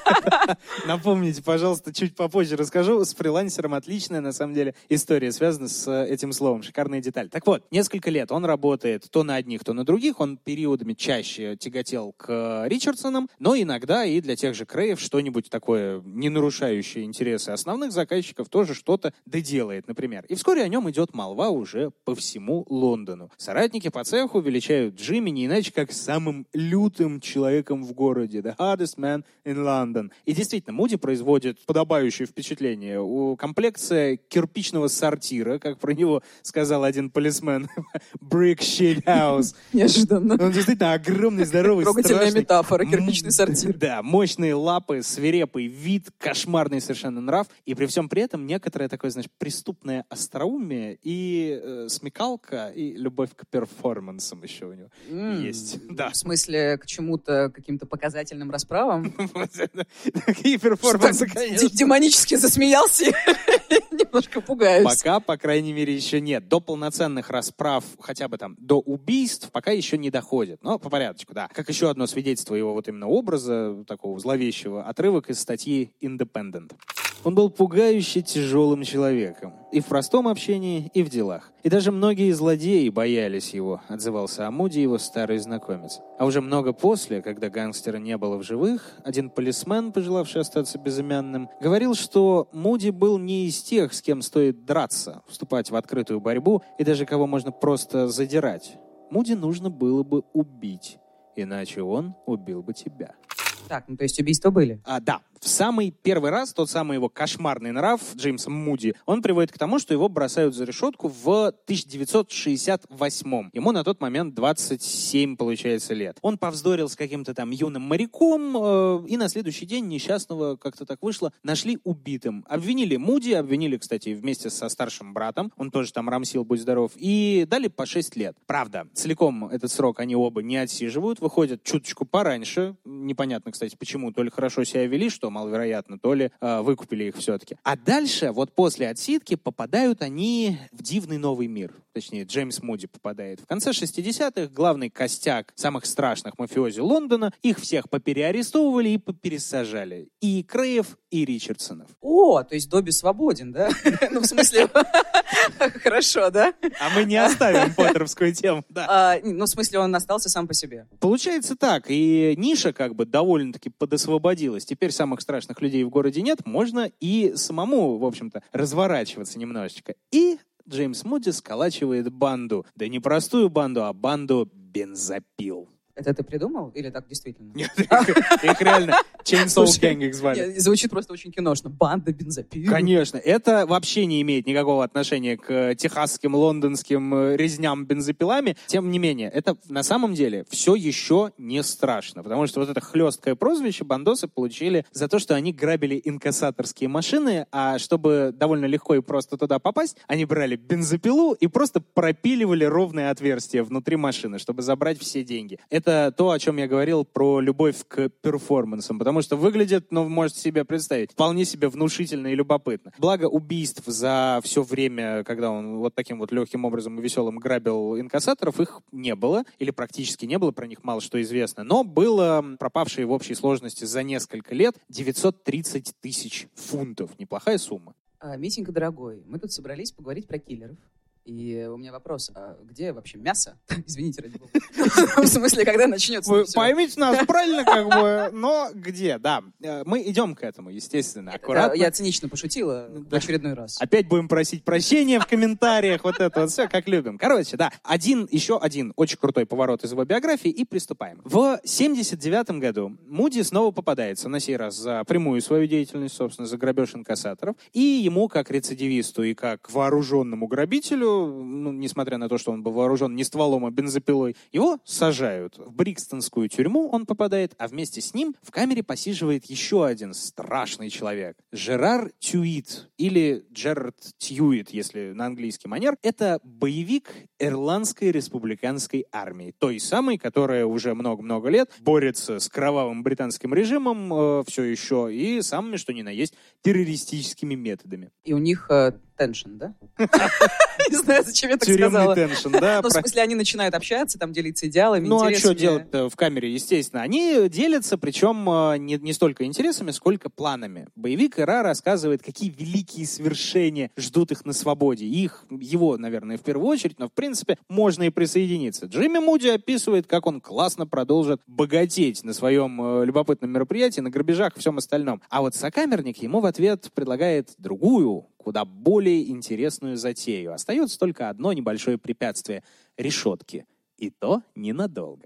Напомните, пожалуйста, чуть попозже расскажу. С фрилансером отличная, на самом деле, история связана с этим словом. Шикарная деталь. Так вот, несколько лет он работает то на одних, то на других. Он периодами чаще тяготел к Ричардсонам, но иногда и для тех же Креев что-нибудь такое, не нарушающее интересы основных заказчиков, тоже что-то доделает, например. И вскоре о нем идет молва уже по всему Лондону. Соратники по цеху величают Джимми не иначе, как самым лютым человеком в городе. The hardest man in London. И действительно, Муди производит подобающее впечатление. Комплекция кирпичного сортира, как про него сказал один полисмен, brick shit house. Неожиданно. Он действительно огромный, здоровый, трогательная страшный. метафора, кирпичный сортир. Да, мощные лапы, свирепый вид, кошмарный совершенно нрав. И при всем при этом некоторое такое, преступное остроумие и смекалка, и любовь к перформансам еще у него есть. Да. В смысле, к чему-то, каким-то показательным расправам? Такие перформансы, конечно. Демонически засмеялся. Немножко пугаюсь. Пока, по крайней мере, еще нет. До полноценных расправ, хотя бы там до убийств, пока еще не доходит. Но по порядочку, да. Как еще одно свидетельство его вот именно образа, такого зловещего, отрывок из статьи Independent. Он был пугающе тяжелым человеком. И в простом общении, и в делах. И даже многие злодеи боялись его, отзывался о Муди его старый знакомец. А уже много после, когда гангстера не было в живых, один полисмен, пожелавший остаться безымянным, говорил, что Муди был не из тех, с кем стоит драться, вступать в открытую борьбу и даже кого можно просто задирать. Муди нужно было бы убить, иначе он убил бы тебя. Так, то есть убийства были? Да. В самый первый раз тот самый его кошмарный нрав Джеймса Муди, он приводит к тому, что его бросают за решетку в 1968. Ему на тот момент 27, получается, лет. Он повздорил с каким-то там юным моряком, и на следующий день несчастного, как-то так вышло, нашли убитым. Обвинили Муди, кстати, вместе со старшим братом, он тоже там рамсил, будь здоров, и дали по 6 лет. Правда, целиком этот срок они оба не отсиживают, выходят чуточку пораньше. Непонятно, кстати, почему. То ли хорошо себя вели, что маловероятно, то ли выкупили их все-таки. А дальше, вот после отсидки, попадают они в дивный новый мир. Точнее, Джеймс Муди попадает. В конце 60-х главный костяк самых страшных мафиози Лондона, их всех попереарестовывали и попересажали. И Креев, и Ричардсонов. О, то есть Добби свободен, да? Ну, в смысле, хорошо, да? А мы не оставим поттеровскую тему, да. Ну, в смысле, он остался сам по себе. Получается так, и ниша как бы довольно-таки подосвободилась. Теперь самых страшных людей в городе нет, можно и самому, в общем-то, разворачиваться немножечко. И Джеймс Муди сколачивает банду. Да не простую банду, а банду бензопил. Это ты придумал или так действительно? Нет, их реально Chainsaw Gang их звали. Звучит просто очень киношно. Банда бензопил. Конечно, это вообще не имеет никакого отношения к техасским, лондонским резням бензопилами. Тем не менее, это на самом деле все еще не страшно, потому что вот это хлесткое прозвище бандосы получили за то, что они грабили инкассаторские машины, а чтобы довольно легко и просто туда попасть, они брали бензопилу и просто пропиливали ровные отверстия внутри машины, чтобы забрать все деньги. Это то, о чем я говорил про любовь к перформансам, потому что выглядит, ну, можете себе представить, вполне себе внушительно и любопытно. Благо, убийств за все время, когда он вот таким вот легким образом и веселым грабил инкассаторов, их не было, или практически не было, про них мало что известно, но было пропавшие в общей сложности за несколько лет 930 тысяч фунтов. Неплохая сумма. Митенька, дорогой, мы тут собрались поговорить про киллеров. И у меня вопрос, а где вообще мясо? Извините, ради бога. В смысле, когда начнется Вы поймите нас правильно, как бы, но где, да. Мы идем к этому, естественно, аккуратно. Я цинично пошутила в очередной раз. Опять будем просить прощения в комментариях, вот это вот все, как любим. Короче, да, еще один очень крутой поворот из его биографии, и приступаем. В 79 году Муди снова попадается, на сей раз за прямую свою деятельность, собственно, за грабеж инкассаторов, и ему, как рецидивисту и как вооруженному грабителю, ну, несмотря на то, что он был вооружен не стволом, а бензопилой, его сажают. В Брикстонскую тюрьму он попадает, а вместе с ним в камере посиживает еще один страшный человек. Жерар Тьюит, или Джерард Тьюит, если на английский манер. Это боевик Ирландской республиканской армии. Той самой, которая уже много-много лет борется с кровавым британским режимом все еще и самыми, что ни на есть, террористическими методами. И у них теншн, да? Не знаю, зачем я так Тюремный сказала. теншн, да. Ну, в смысле, они начинают общаться, там делиться идеалами, ну, интересами. а что делать-то в камере, естественно? Они делятся, причем не столько интересами, сколько планами. Боевик Ира рассказывает, какие великие свершения ждут их на свободе. Его, наверное, в первую очередь, но, в принципе, можно и присоединиться. Джимми Муди описывает, как он классно продолжит богатеть на своем любопытном мероприятии, на грабежах и всем остальном. А вот сокамерник ему в ответ предлагает другую, куда более интересную затею. Остается только одно небольшое препятствие — решетки. И то ненадолго.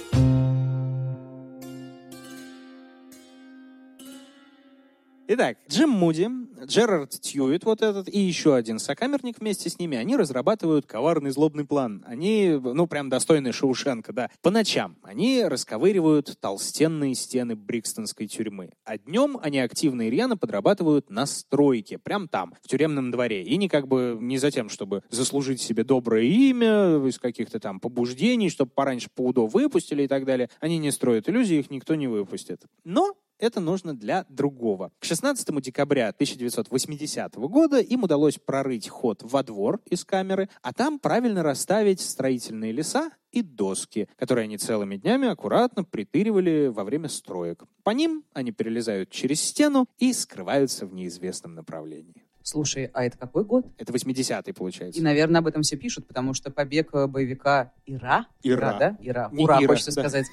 Итак, Джим Муди, Джерард Тьюит, вот этот, и еще один сокамерник вместе с ними, они разрабатывают коварный злобный план. Они, прям достойные Шоушенка, да. По ночам они расковыривают толстенные стены Брикстонской тюрьмы. А днем они активно и рьяно подрабатывают на стройке, прям там, в тюремном дворе. И не за тем, чтобы заслужить себе доброе имя, из каких-то там побуждений, чтобы пораньше ПУДО выпустили и так далее. Они не строят иллюзий, их никто не выпустит. Но это нужно для другого. К 16 декабря 1980 года им удалось прорыть ход во двор из камеры, а там правильно расставить строительные леса и доски, которые они целыми днями аккуратно притыривали во время строек. По ним они перелезают через стену и скрываются в неизвестном направлении. Слушай, а это какой год? Это 80-й, получается. И, наверное, об этом все пишут, потому что побег боевика Ира, да? Ира. Не Ура, Ира, хочется да. сказать.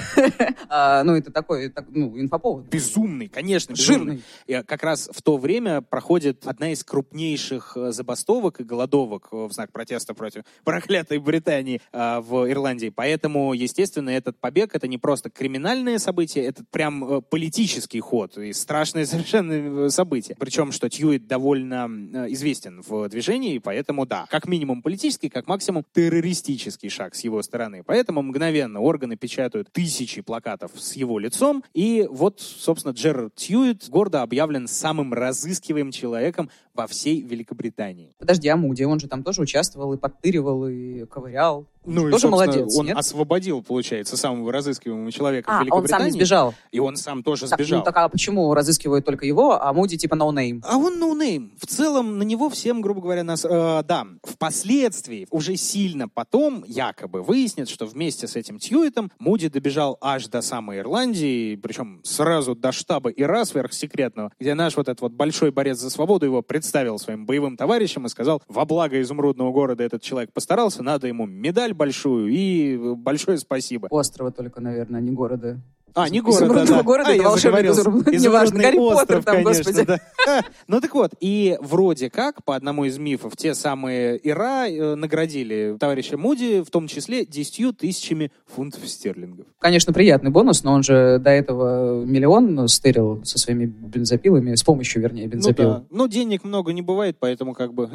Ну, это такой, инфоповод. Безумный, конечно, Жирный. И как раз в то время проходит одна из крупнейших забастовок и голодовок в знак протеста против проклятой Британии в Ирландии. Поэтому, естественно, этот побег — это не просто криминальное событие, это прям политический ход и страшное совершенно событие. Причем, что Тьюит довольно известен в движении, поэтому, да, как минимум политический, как максимум террористический шаг с его стороны. Поэтому мгновенно органы печатают тысячи плакатов с его лицом, и вот, собственно, Джерард Тьюит гордо объявлен самым разыскиваемым человеком во всей Великобритании. Подожди, а Муди, он же там тоже участвовал и подтыривал, и ковырял. Ну, и, тоже молодец, он нет? освободил, получается, самого разыскиваемого человека в он Великобритании. сам не сбежал. И он сам тоже сбежал. А почему разыскивают только его, а Муди типа ноунейм? А он ноунейм. В целом, на него всем, грубо говоря, да. Впоследствии, уже сильно потом, якобы выяснят, что вместе с этим Тьюитом Муди добежал аж до самой Ирландии, причем сразу до штаба ИРА сверхсекретного, где наш вот этот вот большой борец за свободу его представил своим боевым товарищам и сказал: во благо изумрудного города этот человек постарался, надо ему медаль большую и большое спасибо. Острова только, наверное, не города. Не города, да. Города, это волшебный изумруд. Неважно, Гарри Поттер там, господи. Да. Ну так вот, и вроде как, по одному из мифов, те самые ИРА наградили товарища Муди, в том числе 10 000 фунтов стерлингов. Конечно, приятный бонус, но он же до этого миллион стырил со своими бензопилами, с помощью, вернее, бензопил. Ну да, но денег много не бывает, поэтому как бы...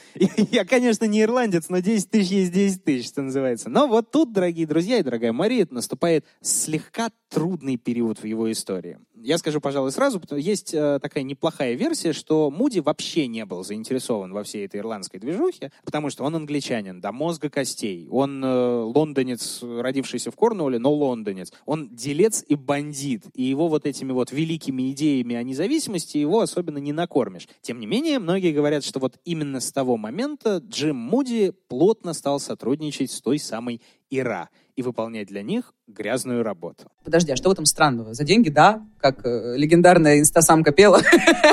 Я, конечно, не ирландец, но 10 000 есть 10 000, что называется. Но вот тут, дорогие друзья и дорогая Мария, наступает слегка трудный период в его истории. Я скажу, пожалуй, сразу, потому что есть такая неплохая версия, что Муди вообще не был заинтересован во всей этой ирландской движухе, потому что он англичанин до мозга костей. Он лондонец, родившийся в Корнуолле, но лондонец. Он делец и бандит. И его вот этими вот великими идеями о независимости его особенно не накормишь. Тем не менее, многие говорят, что вот именно с того момента Джим Муди плотно стал сотрудничать с той самой ИРА и выполнять для них грязную работу. Подожди, а что в этом странного? За деньги, да, как легендарная инстасамка пела.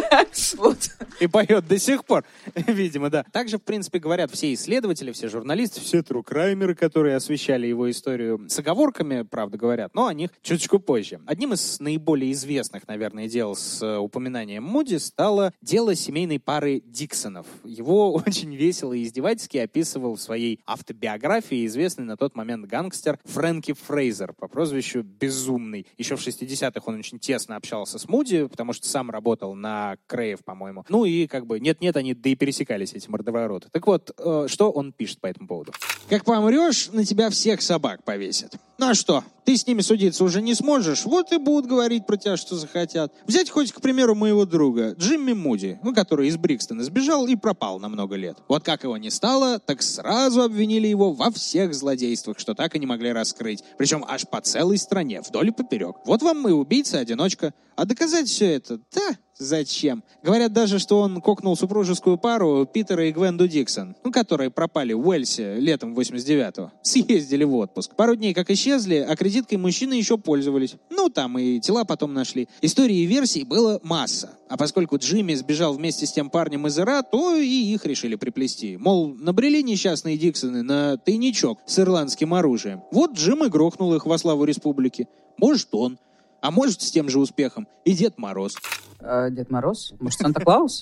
И поет до сих пор, видимо, да. Также, в принципе, говорят все исследователи, все журналисты, все тру-краймеры, которые освещали его историю с оговорками, правда, говорят, но о них чуточку позже. Одним из наиболее известных, наверное, дел с упоминанием Муди стало дело семейной пары Диксонов. Его очень весело и издевательски описывал в своей автобиографии известный на тот момент гангстер Фрэнки Фрейзер по прозвищу Безумный. Еще в 60-х он очень тесно общался с Муди, потому что сам работал на Креев, по-моему. Ну и как бы нет-нет, они да и пересекались, эти мордовороты. Так вот, что он пишет по этому поводу? «Как помрешь, на тебя всех собак повесят. Ну а что, ты с ними судиться уже не сможешь, вот и будут говорить про тебя, что захотят. Взять хоть, к примеру, моего друга Джимми Муди, который из Брикстона сбежал и пропал на много лет. Вот как его не стало, так сразу обвинили его во всех злодействах, что так и не могли раскрыть. Причем аж по целой стране, вдоль и поперек. Вот вам и убийца-одиночка. А доказать все это, да, зачем? Говорят даже, что он кокнул супружескую пару Питера и Гвенду Диксон, которые пропали в Уэльсе летом 89-го. Съездили в отпуск. Пару дней как исчезли, а кредиткой мужчины еще пользовались. Ну, там и тела потом нашли. Историй и версий было масса. А поскольку Джимми сбежал вместе с тем парнем из ИРА, то и их решили приплести. Мол, набрели несчастные Диксоны на тайничок с ирландским оружием. Вот Джим и грохнул их во славу республики. Может, он. А может, с тем же успехом и Дед Мороз. Дед Мороз? Может, Санта-Клаус?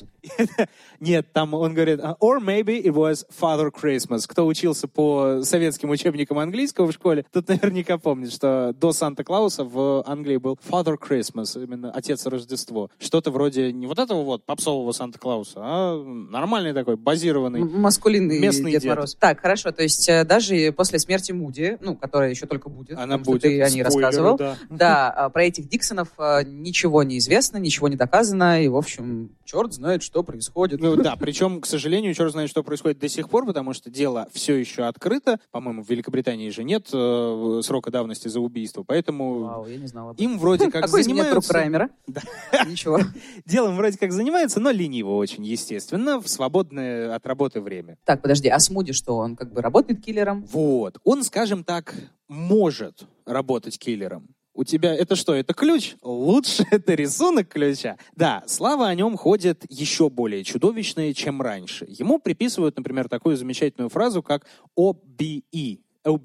Нет, там он говорит, or maybe it was Father Christmas. Кто учился по советским учебникам английского в школе, тот наверняка помнит, что до Санта-Клауса в Англии был Father Christmas, именно Отец Рождество. Что-то вроде не вот этого вот попсового Санта-Клауса, а нормальный такой, базированный маскулинный местный Дед Мороз. Так, хорошо, то есть даже после смерти Муди, которая еще только будет, она потому будет, что ты о ней рассказывал, да, про этих Диксонов ничего не известно, ничего не доказано, и, в общем, черт знает, что происходит. Ну да, причем, к сожалению, черт знает, что происходит до сих пор, потому что дело все еще открыто. По-моему, в Великобритании же нет срока давности за убийство, поэтому Вау, я не знала. им вроде как какой занимаются... Какой из меня тру-краймера? Да. Ничего. Делом вроде как занимаются, но лениво очень, естественно, в свободное от работы время. Так, подожди, а Смуди что, он как бы работает киллером? Вот, он, скажем так, может работать киллером. у тебя это что, это ключ? Лучше это рисунок ключа. Да, слава о нем ходит еще более чудовищная, чем раньше. Ему приписывают, например, такую замечательную фразу, как OBE.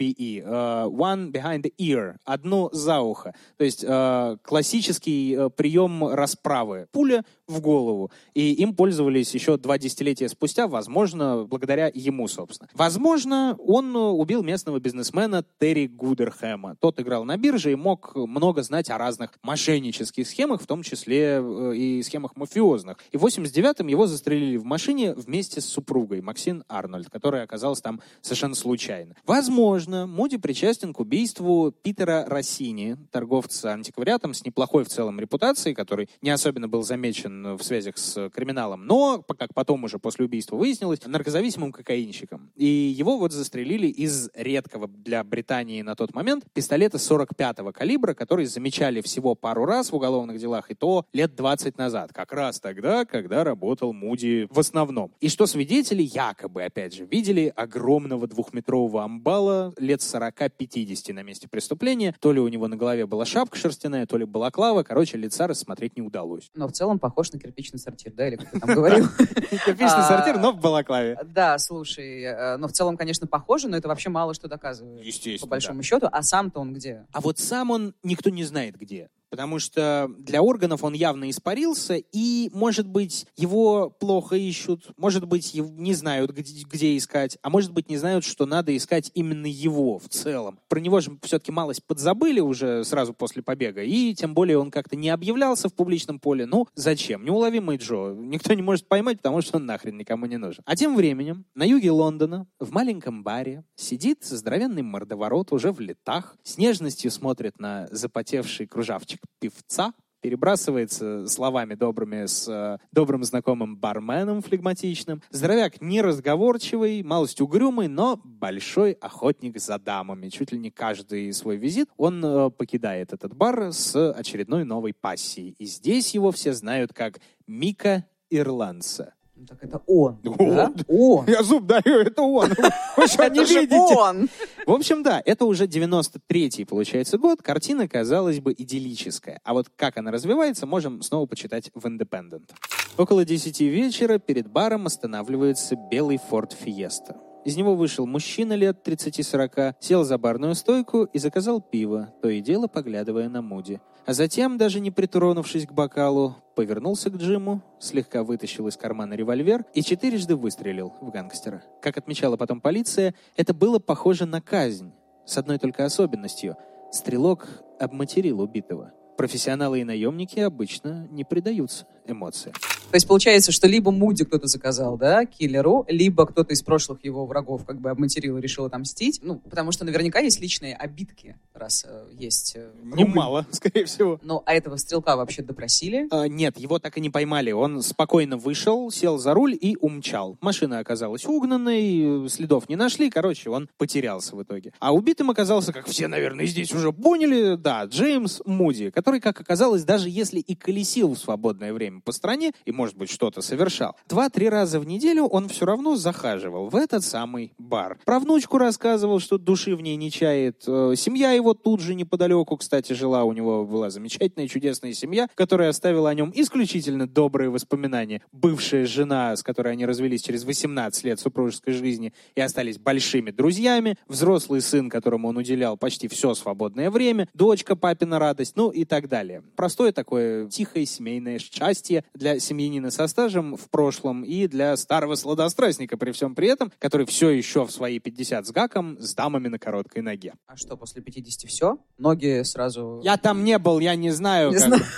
One behind the ear, одно за ухо. То есть классический прием расправы. Пуля в голову. И им пользовались еще 2 десятилетия спустя, возможно, благодаря ему, собственно. Возможно, он убил местного бизнесмена Терри Гудерхэма. Тот играл на бирже и мог много знать о разных мошеннических схемах, в том числе и схемах мафиозных. И в 89-м его застрелили в машине вместе с супругой Максин Арнольд, которая оказалась там совершенно случайно. Возможно, Муди причастен к убийству Питера Россини, торговца антиквариатом с неплохой в целом репутацией, который не особенно был замечен в связях с криминалом, но, как потом уже после убийства выяснилось, наркозависимым кокаинщиком. И его вот застрелили из редкого для Британии на тот момент пистолета 45-го калибра, который замечали всего пару раз в уголовных делах, и то лет 20 назад. Как раз тогда, когда работал Муди в основном. И что свидетели якобы, опять же, видели огромного 2-метрового амбала лет 40-50 на месте преступления. То ли у него на голове была шапка шерстяная, то ли балаклава. Короче, лица рассмотреть не удалось. Но в целом похож на кирпичный сортир, да, или как ты там говорил? Кирпичный сортир, но в балаклаве. Да, слушай, но в целом, конечно, похоже, но это вообще мало что доказывает. Естественно, по большому счету. А сам-то он где? А вот сам он никто не знает где. Потому что для органов он явно испарился, и, может быть, его плохо ищут, может быть, не знают, где искать, а может быть, не знают, что надо искать именно его в целом. Про него же все-таки малость подзабыли уже сразу после побега, и тем более он как-то не объявлялся в публичном поле. Ну, зачем? Неуловимый Джо. Никто не может поймать, потому что он нахрен никому не нужен. А тем временем на юге Лондона, в маленьком баре, сидит здоровенный мордоворот уже в летах, с нежностью смотрит на запотевший кружавчик певца, перебрасывается словами добрыми с добрым знакомым барменом флегматичным. Здоровяк неразговорчивый, малость угрюмый, но большой охотник за дамами. Чуть ли не каждый свой визит он покидает этот бар с очередной новой пассией. И здесь его все знают как Мика Ирландца. Так это он, да? Он. Я зуб даю, это он. Вы что, не видите? Он. В общем, да, это уже 93-й, получается, год. Картина, казалось бы, идиллическая. А вот как она развивается, можем снова почитать в Independent. Около 10 вечера перед баром останавливается белый Ford Fiesta. Из него вышел мужчина лет 30-40, сел за барную стойку и заказал пиво, то и дело поглядывая на Муди. А затем, даже не притронувшись к бокалу, повернулся к Джиму, слегка вытащил из кармана револьвер и 4 выстрелил в гангстера. Как отмечала потом полиция, это было похоже на казнь, с одной только особенностью. Стрелок обматерил убитого. Профессионалы и наемники обычно не предаются эмоциям. То есть получается, что либо Муди кто-то заказал, да, киллеру, либо кто-то из прошлых его врагов как бы обматерил и решил отомстить. Ну, потому что наверняка есть личные обидки, раз есть... Немало, скорее всего. Ну, а этого стрелка вообще допросили? Нет, его так и не поймали. Он спокойно вышел, сел за руль и умчал. Машина оказалась угнанной, следов не нашли, короче, он потерялся в итоге. А убитым оказался, как все, наверное, здесь уже поняли, да, Джеймс Муди, который, как оказалось, даже если и колесил в свободное время по стране и, может быть, что-то совершал, 2-3 раза в неделю он все равно захаживал в этот самый бар. Про внучку рассказывал, что души в ней не чает. Семья его тут же неподалеку, кстати, жила. У него была замечательная, чудесная семья, которая оставила о нем исключительно добрые воспоминания. Бывшая жена, с которой они развелись через 18 лет супружеской жизни и остались большими друзьями. Взрослый сын, которому он уделял почти все свободное время. Дочка, папина радость, ну и так далее. Простое такое тихое семейное счастье для семьянина со стажем в прошлом и для старого сладострастника при всем при этом, который все еще в свои 50 с гаком с дамами на короткой ноге. А что, после 50 все? Ноги сразу... Я там не был, я не знаю.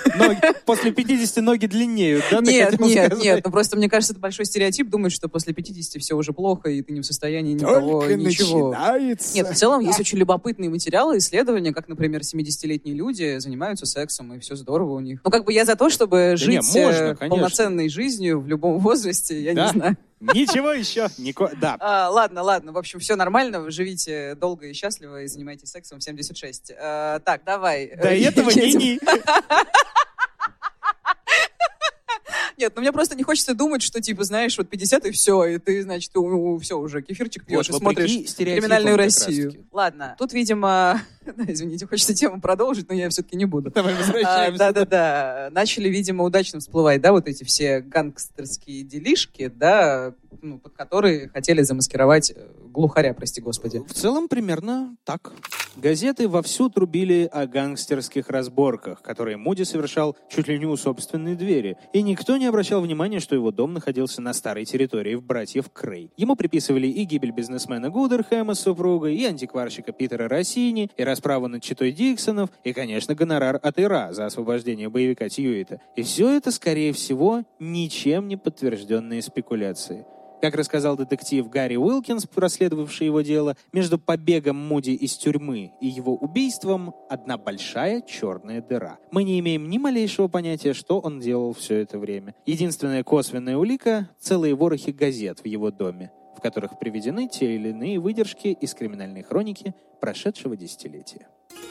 После 50 ноги длиннеют, да? Нет, ну просто мне кажется, это большой стереотип, думать, что после 50 все уже плохо, и ты не в состоянии никого, только ничего. Начинается. Нет, в целом есть очень любопытные материалы, исследования, как, например, 70-летние люди занимаются сексом, и все здорово у них. Ну, как бы я за то, чтобы жить полноценной жизнью в любом возрасте, я не знаю. Ничего еще. Да. Ладно. В общем, все нормально. Живите долго и счастливо и занимайтесь сексом в 76. Так, давай. До этого гений. Нет, ну мне просто не хочется думать, что, типа, знаешь, вот 50 и все, и ты, значит, все уже кефирчик пьешь Вот, и смотришь криминальную Россию. Ладно, тут, видимо, да, извините, хочется тему продолжить, но я все-таки не буду. Давай возвращаемся. Да-да-да. Начали, видимо, удачно всплывать, да, вот эти все гангстерские делишки, да, ну, под которые хотели замаскировать глухаря, прости господи. В целом примерно так. Газеты вовсю трубили о гангстерских разборках, которые Муди совершал чуть ли не у собственной двери. И никто не обращал внимания, что его дом находился на старой территории в братьев Крей. Ему приписывали и гибель бизнесмена Гудерхэма с супругой, и антикварщика Питера Россини, и расправу над читой Диксонов, и, конечно, гонорар от Ира за освобождение боевика Тьюита. И все это, скорее всего, ничем не подтвержденные спекуляции. Как рассказал детектив Гарри Уилкинс, расследовавший его дело, между побегом Муди из тюрьмы и его убийством одна большая черная дыра. Мы не имеем ни малейшего понятия, что он делал все это время. Единственная косвенная улика — целые ворохи газет в его доме, в которых приведены те или иные выдержки из криминальной хроники прошедшего десятилетия.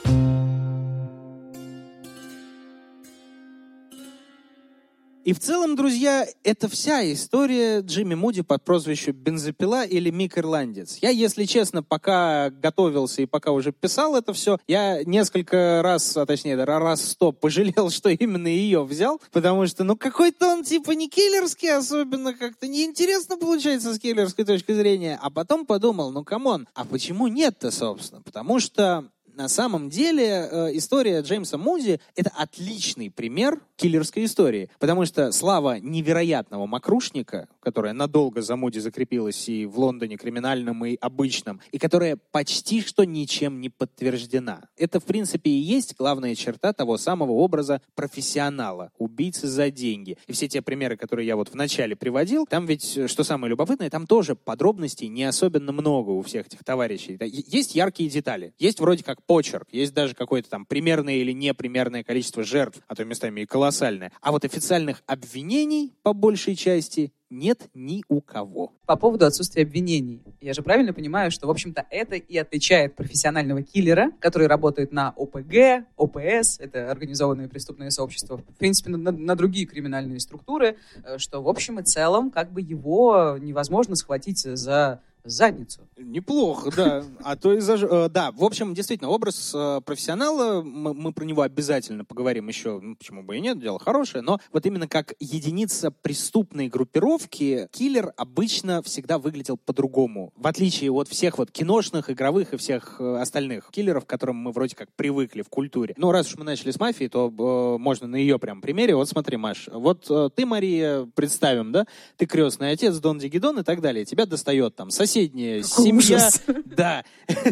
И в целом, друзья, это вся история Джимми Муди под прозвищем Бензопила или Мик Ирландец. Я, если честно, пока готовился и пока уже писал это все, я несколько раз, а точнее, раз 100 пожалел, что именно ее взял, потому что, ну, какой-то он типа не киллерский, особенно как-то неинтересно получается с киллерской точки зрения. А потом подумал, ну, камон, а почему нет-то, собственно? Потому что на самом деле история Джеймса Муди — это отличный пример киллерской истории, потому что слава невероятного мокрушника, которая надолго за Муди закрепилась и в Лондоне криминальном, и обычном, и которая почти что ничем не подтверждена. Это, в принципе, и есть главная черта того самого образа профессионала, убийцы за деньги. И все те примеры, которые я вот в начале приводил, там ведь, что самое любопытное, там тоже подробностей не особенно много у всех этих товарищей. Есть яркие детали, есть вроде как почерк, есть даже какое-то там примерное или непримерное количество жертв, а то местами и колоссальное. А вот официальных обвинений, по большей части, нет ни у кого. По поводу отсутствия обвинений. Я же правильно понимаю, что, в общем-то, это и отличает профессионального киллера, который работает на ОПГ, ОПС, это организованные преступные сообщества, в принципе, на другие криминальные структуры, что, в общем и целом, как бы его невозможно схватить за задницу. Неплохо, да. А то и да, в общем, действительно, образ профессионала, мы про него обязательно поговорим еще, почему бы и нет, дело хорошее, но вот именно как единица преступной группировки киллер обычно всегда выглядел по-другому. В отличие от всех вот киношных, игровых и всех остальных киллеров, к которым мы вроде как привыкли в культуре. Но раз уж мы начали с мафии, то можно на ее прям примере. Вот смотри, Маш, вот ты, Мария, представим, да, ты крестный отец, Дон Дигидон и так далее. Тебя достает там соседняя семья, да,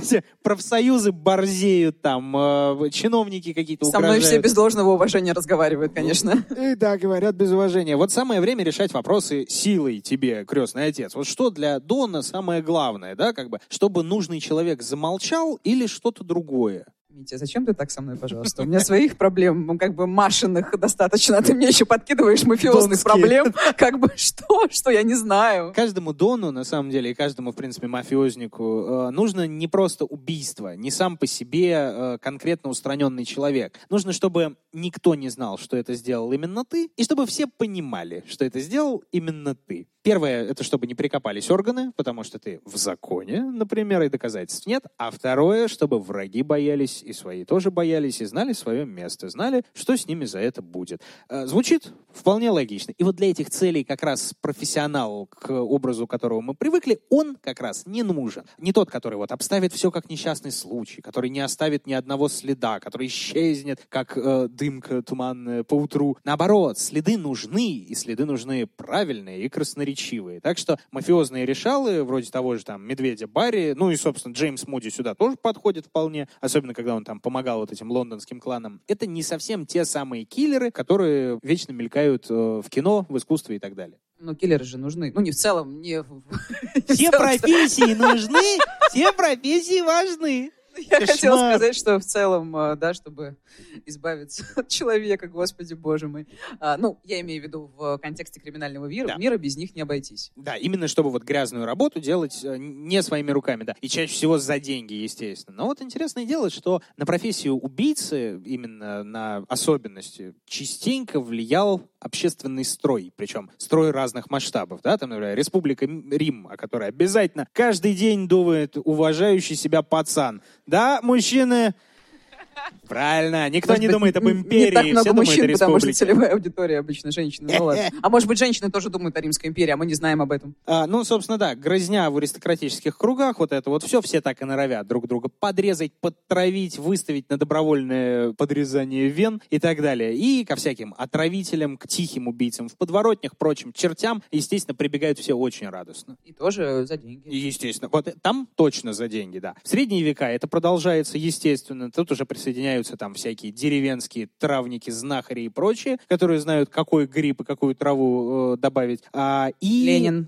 профсоюзы борзеют там, чиновники какие-то угрожают. Со мной все без должного уважения разговаривают, конечно. Да, говорят без уважения. Вот самое время решать вопросы силой тебе, крестный отец. Вот что для Дона самое главное, да, как бы, чтобы нужный человек замолчал или что-то другое? Митя, зачем ты так со мной, пожалуйста? У меня своих проблем, как бы Машиных достаточно, а ты мне еще подкидываешь мафиозных проблем. Как бы что я не знаю. Каждому Дону, на самом деле, и каждому, в принципе, мафиознику нужно не просто убийство, не сам по себе конкретно устраненный человек. Нужно, чтобы никто не знал, что это сделал именно ты, и чтобы все понимали, что это сделал именно ты. Первое, это чтобы не прикопались органы, потому что ты в законе, например, и доказательств нет. А второе, чтобы враги боялись, и свои тоже боялись, и знали свое место, знали, что с ними за это будет. Звучит вполне логично. И вот для этих целей как раз профессионал, к образу которого мы привыкли, он как раз не нужен. Не тот, который вот обставит все как несчастный случай, который не оставит ни одного следа, который исчезнет, как дымка туманная поутру. Наоборот, следы нужны, и следы нужны правильные и красноречивые. Так что мафиозные решалы, вроде того же там Медведя Барри, ну и, собственно, Джеймс Муди сюда тоже подходит вполне, особенно когда он там помогал вот этим лондонским кланам. Это не совсем те самые киллеры, которые вечно мелькают в кино, в искусстве и так далее. Ну, киллеры же нужны. Ну, не в целом, не... Все профессии нужны, все профессии важны. Я хотела сказать, что в целом, да, чтобы избавиться от человека, Господи Боже мой. Ну, я имею в виду в контексте криминального мира без них не обойтись. Да, именно чтобы вот грязную работу делать не своими руками, да. И чаще всего за деньги, естественно. Но вот интересное дело, что на профессию убийцы, именно на особенности, частенько влиял общественный строй, причем строй разных масштабов, да, там, например, Республика Рим, о которой обязательно каждый день думает уважающий себя пацан. Да, мужчины... Правильно, никто не думает об империи, не так много все думают о мужчин, потому что республике. целевая аудитория обычно женщины. Ну ладно. А может быть, женщины тоже думают о Римской империи, а мы не знаем об этом. Ну, собственно, да, грызня в аристократических кругах, вот это вот все так и норовят друг друга подрезать, подтравить, выставить на добровольное подрезание вен и так далее. И ко всяким отравителям, к тихим убийцам в подворотнях, прочим чертям, естественно, прибегают все очень радостно. И тоже за деньги. Естественно. Вот там точно за деньги, да. В средние века это продолжается, естественно. Тут уже присоединяются там всякие деревенские травники, знахари и прочие, которые знают, какой гриб и какую траву добавить. Ленин.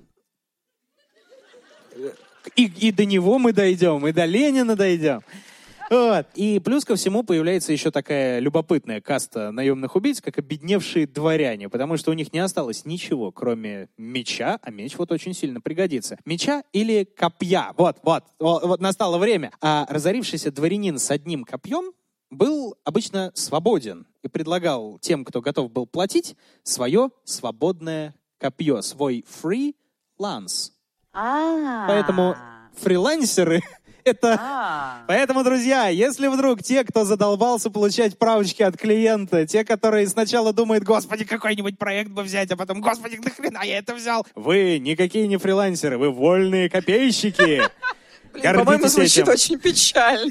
И до него мы дойдем, и до Ленина дойдем. Вот. И плюс ко всему появляется еще такая любопытная каста наемных убийц, как обедневшие дворяне, потому что у них не осталось ничего, кроме меча, а меч вот очень сильно пригодится. Меча или копья. Вот, настало время. А разорившийся дворянин с одним копьем был обычно свободен и предлагал тем, кто готов был платить, свое свободное копье, свой free lance. Поэтому фрилансеры это... Поэтому, друзья, если вдруг те, кто задолбался получать правочки от клиента, те, которые сначала думают, господи, какой-нибудь проект бы взять, а потом, господи, нахрена я это взял? Вы никакие не фрилансеры, вы вольные копейщики. По-моему, звучит очень печально.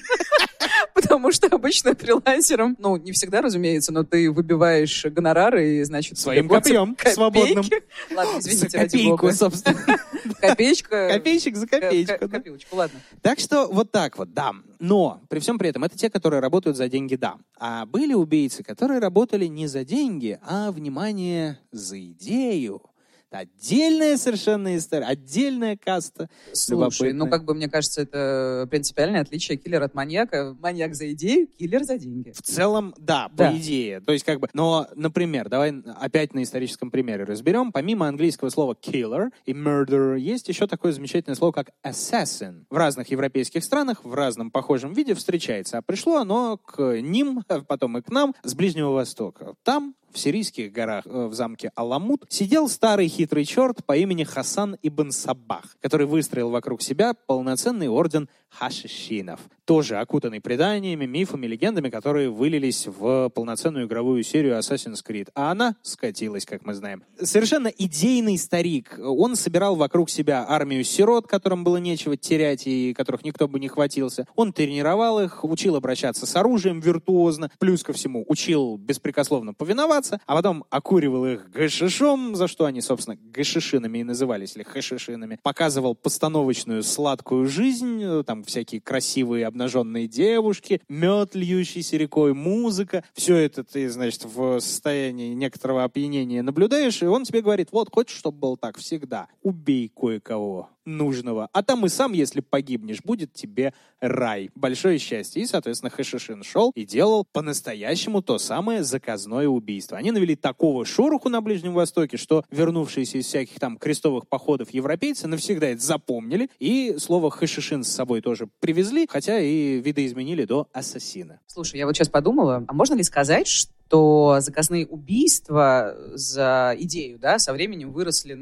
Потому что обычно фрилансером, не всегда, разумеется, но ты выбиваешь гонорары и, значит... Своим копьем свободным. Ладно, извините, за копейку, собственно. Копеечка. Копейщик за копеечку. Копеечку, ладно. Так что вот так вот, да. Но при всем при этом это те, которые работают за деньги, да. А были убийцы, которые работали не за деньги, а, внимание, за идею. Отдельная совершенно история, отдельная каста. Слушай, мне кажется, это принципиальное отличие киллера от маньяка. Маньяк за идею, киллер за деньги. В целом, да, по идее. То есть но, например, давай опять на историческом примере разберем. Помимо английского слова killer и murderer, есть еще такое замечательное слово, как assassin. В разных европейских странах в разном похожем виде встречается. А пришло оно к ним, потом и к нам с Ближнего Востока. Там, в сирийских горах, в замке Аламут, сидел старый хитрый черт по имени Хасан ибн Саббах, который выстроил вокруг себя полноценный орден хашишинов, тоже окутанный преданиями, мифами, легендами, которые вылились в полноценную игровую серию Assassin's Creed. А она скатилась, как мы знаем. Совершенно идейный старик. Он собирал вокруг себя армию сирот, которым было нечего терять и которых никто бы не хватился. Он тренировал их, учил обращаться с оружием виртуозно, плюс ко всему учил беспрекословно повиноваться, а потом окуривал их гашишом, за что они, собственно, гашишинами и назывались, или хашишинами. Показывал постановочную сладкую жизнь, там всякие красивые обнаженные девушки, мед, льющийся рекой, музыка. Все это ты, значит, в состоянии некоторого опьянения наблюдаешь, и он тебе говорит, вот, хочешь, чтобы было так всегда? Убей кое-кого нужного. А там и сам, если погибнешь, будет тебе рай. Большое счастье. И, соответственно, Хашишин шел и делал по-настоящему то самое заказное убийство. Они навели такого шороху на Ближнем Востоке, что вернувшиеся из всяких там крестовых походов европейцы навсегда это запомнили. И слово Хашишин с собой тоже привезли, хотя и видоизменили до ассасина. Слушай, я вот сейчас подумала, а можно ли сказать, что заказные убийства за идею, да, со временем выросли,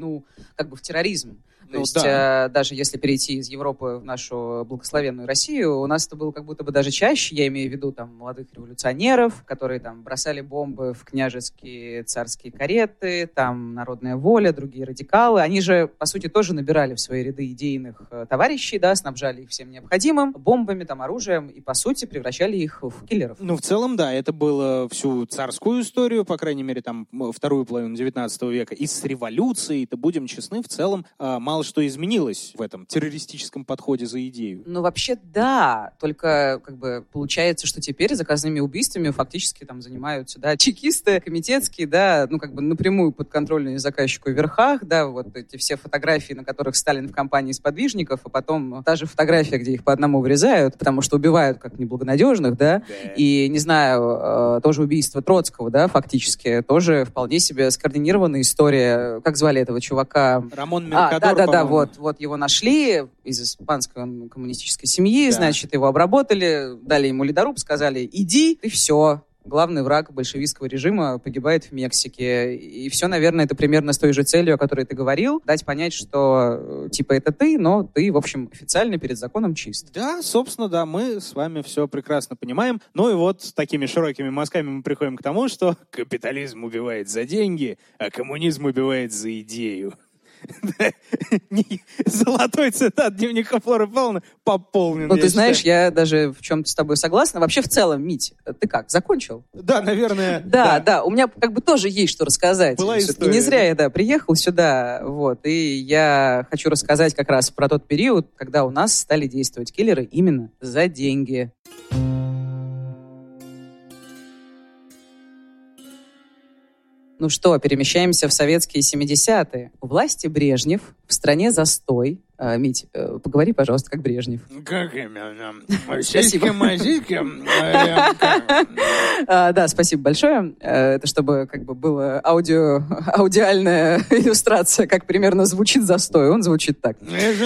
в терроризм? То есть даже если перейти из Европы в нашу благословенную Россию, у нас это было как будто бы даже чаще. Я имею в виду там молодых революционеров, которые там бросали бомбы в княжеские царские кареты, там Народная воля, другие радикалы. Они же, по сути, тоже набирали в свои ряды идейных товарищей, да, снабжали их всем необходимым, бомбами, там, оружием, и, по сути, превращали их в киллеров. В целом, да, это было всю царскую историю, по крайней мере, там, вторую половину 19 века. И с революцией, будем честны, в целом мало что изменилось в этом террористическом подходе за идею. Вообще, да. Только, получается, что теперь заказными убийствами фактически там занимаются, да, чекисты, комитетские, да, напрямую подконтрольные заказчику в верхах, да, вот эти все фотографии, на которых Сталин в компании сподвижников, а потом та же фотография, где их по одному вырезают, потому что убивают как неблагонадежных, да, и, не знаю, тоже убийство Троцкого, да, фактически, тоже вполне себе скоординированная история. Как звали этого чувака? Рамон Меркадор, да, вот его нашли из испанской коммунистической семьи, значит, его обработали, дали ему ледоруб, сказали, иди, и все. главный враг большевистского режима погибает в Мексике. И все, наверное, это примерно с той же целью, о которой ты говорил. Дать понять, что, типа, это ты, но ты, в общем, официально перед законом чист. Да, собственно, да, мы с вами все прекрасно понимаем. Ну и вот с такими широкими мазками мы приходим к тому, что капитализм убивает за деньги, а коммунизм убивает за идею. Золотой цитат дневника Флоры Павловны пополнен. Ну, ты знаешь, я даже в чем-то с тобой согласна. Вообще, в целом, Мить, ты как, закончил? Да, наверное. Да, у меня как бы тоже есть что рассказать. Была история. Не зря я, приехал сюда, вот, и я хочу рассказать как раз про тот период, когда у нас стали действовать киллеры именно за деньги. Ну что, перемещаемся в советские 70-е. У власти Брежнев, в стране застой. Мить, поговори, пожалуйста, как Брежнев. Как именно? Спасибо. Да, спасибо большое. Это чтобы как бы была аудиальная иллюстрация, как примерно звучит застой. Он звучит так.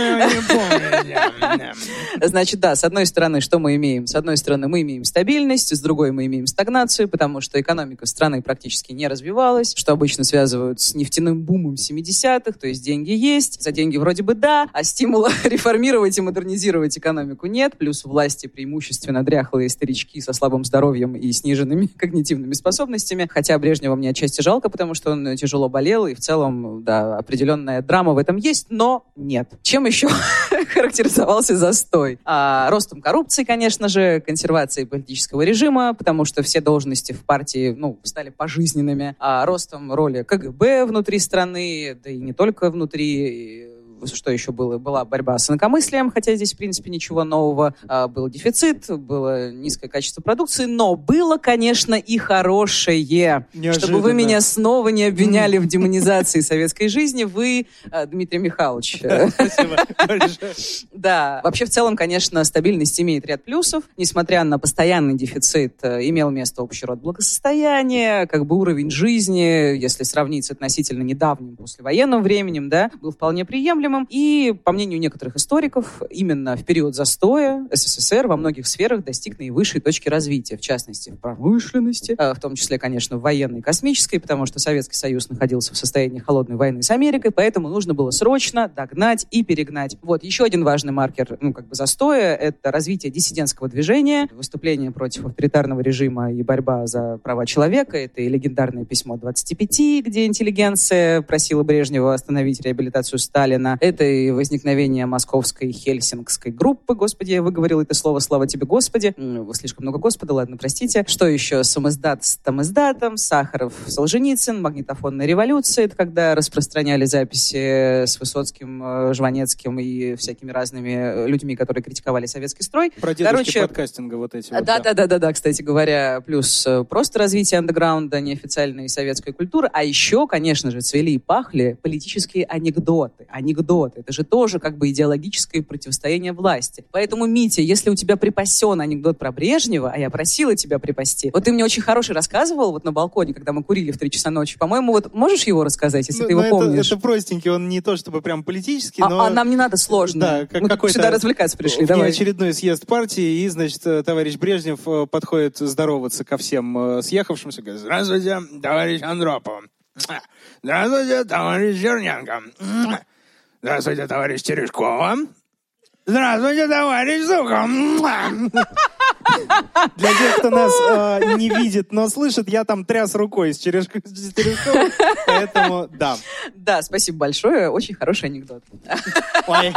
Значит, да, с одной стороны, что мы имеем? С одной стороны, мы имеем стабильность, с другой мы имеем стагнацию, потому что экономика страны практически не развивалась, что обычно связывают с нефтяным бумом 70-х, то есть деньги есть, за деньги вроде бы да, а стимула реформировать и модернизировать экономику нет, плюс у власти преимущественно дряхлые старички со слабым здоровьем и сниженными когнитивными способностями, хотя Брежнева мне отчасти жалко, потому что он тяжело болел, и в целом, да, определенная драма в этом есть, но нет. Чем еще характеризовался застой? Ростом коррупции, конечно же, консервацией политического режима, потому что все должности в партии, стали пожизненными, ростом роли КГБ внутри страны, да и не только внутри. Что еще было? Была борьба с инакомыслием, хотя здесь, в принципе, ничего нового. Был дефицит, было низкое качество продукции, но было, конечно, и хорошее. Неожиданно. Чтобы вы меня снова не обвиняли в демонизации советской жизни, вы, Дмитрий Михайлович. Спасибо большое. Да. Вообще, в целом, конечно, стабильность имеет ряд плюсов. Несмотря на постоянный дефицит, имел место общий рост благосостояния, как бы уровень жизни, если сравнить с относительно недавним послевоенным временем, да, был вполне приемлемым. И, по мнению некоторых историков, именно в период застоя СССР во многих сферах достиг наивысшей точки развития, в частности, в промышленности, в том числе, конечно, в военной и космической, потому что Советский Союз находился в состоянии холодной войны с Америкой, поэтому нужно было срочно догнать и перегнать. Вот, еще один важный маркер, застоя — это развитие диссидентского движения, выступление против авторитарного режима и борьба за права человека. Это и легендарное письмо 25, где интеллигенция просила Брежнева остановить реабилитацию Сталина. Это и возникновение московской хельсинкской группы. Господи, я выговорил это слово, слава тебе, Господи. Слишком много Господа, ладно, простите. Что еще? Самиздат с тамиздатом, Сахаров, Солженицын, магнитофонная революция. Это когда распространяли записи с Высоцким, Жванецким и всякими разными людьми, которые критиковали советский строй. Про дедушки подкастинга вот эти вот. Да, кстати говоря. Плюс просто развитие андеграунда, неофициальной советской культуры. А еще, конечно же, цвели и пахли политические анекдоты. Это же тоже как бы идеологическое противостояние власти. Поэтому, Митя, если у тебя припасен анекдот про Брежнева, а я просила тебя припасти, вот ты мне очень хороший рассказывал вот на балконе, когда мы курили в 3 часа ночи. По-моему, вот можешь его рассказать, если ты его помнишь? Это простенький, он не то чтобы прям политический, но... А нам не надо сложно. Да, мы сюда развлекаться пришли, давай. Очередной съезд партии, и, значит, товарищ Брежнев подходит здороваться ко всем съехавшимся, говорит: здравствуйте, товарищ Андропов. Здравствуйте, товарищ Черненко. Здравствуйте, товарищ Терешкова. Здравствуйте, товарищ Зухов. Для тех, кто нас не видит, но слышит, я там тряс рукой с Терешковым, поэтому да. Да, спасибо большое, очень хороший анекдот. Ой.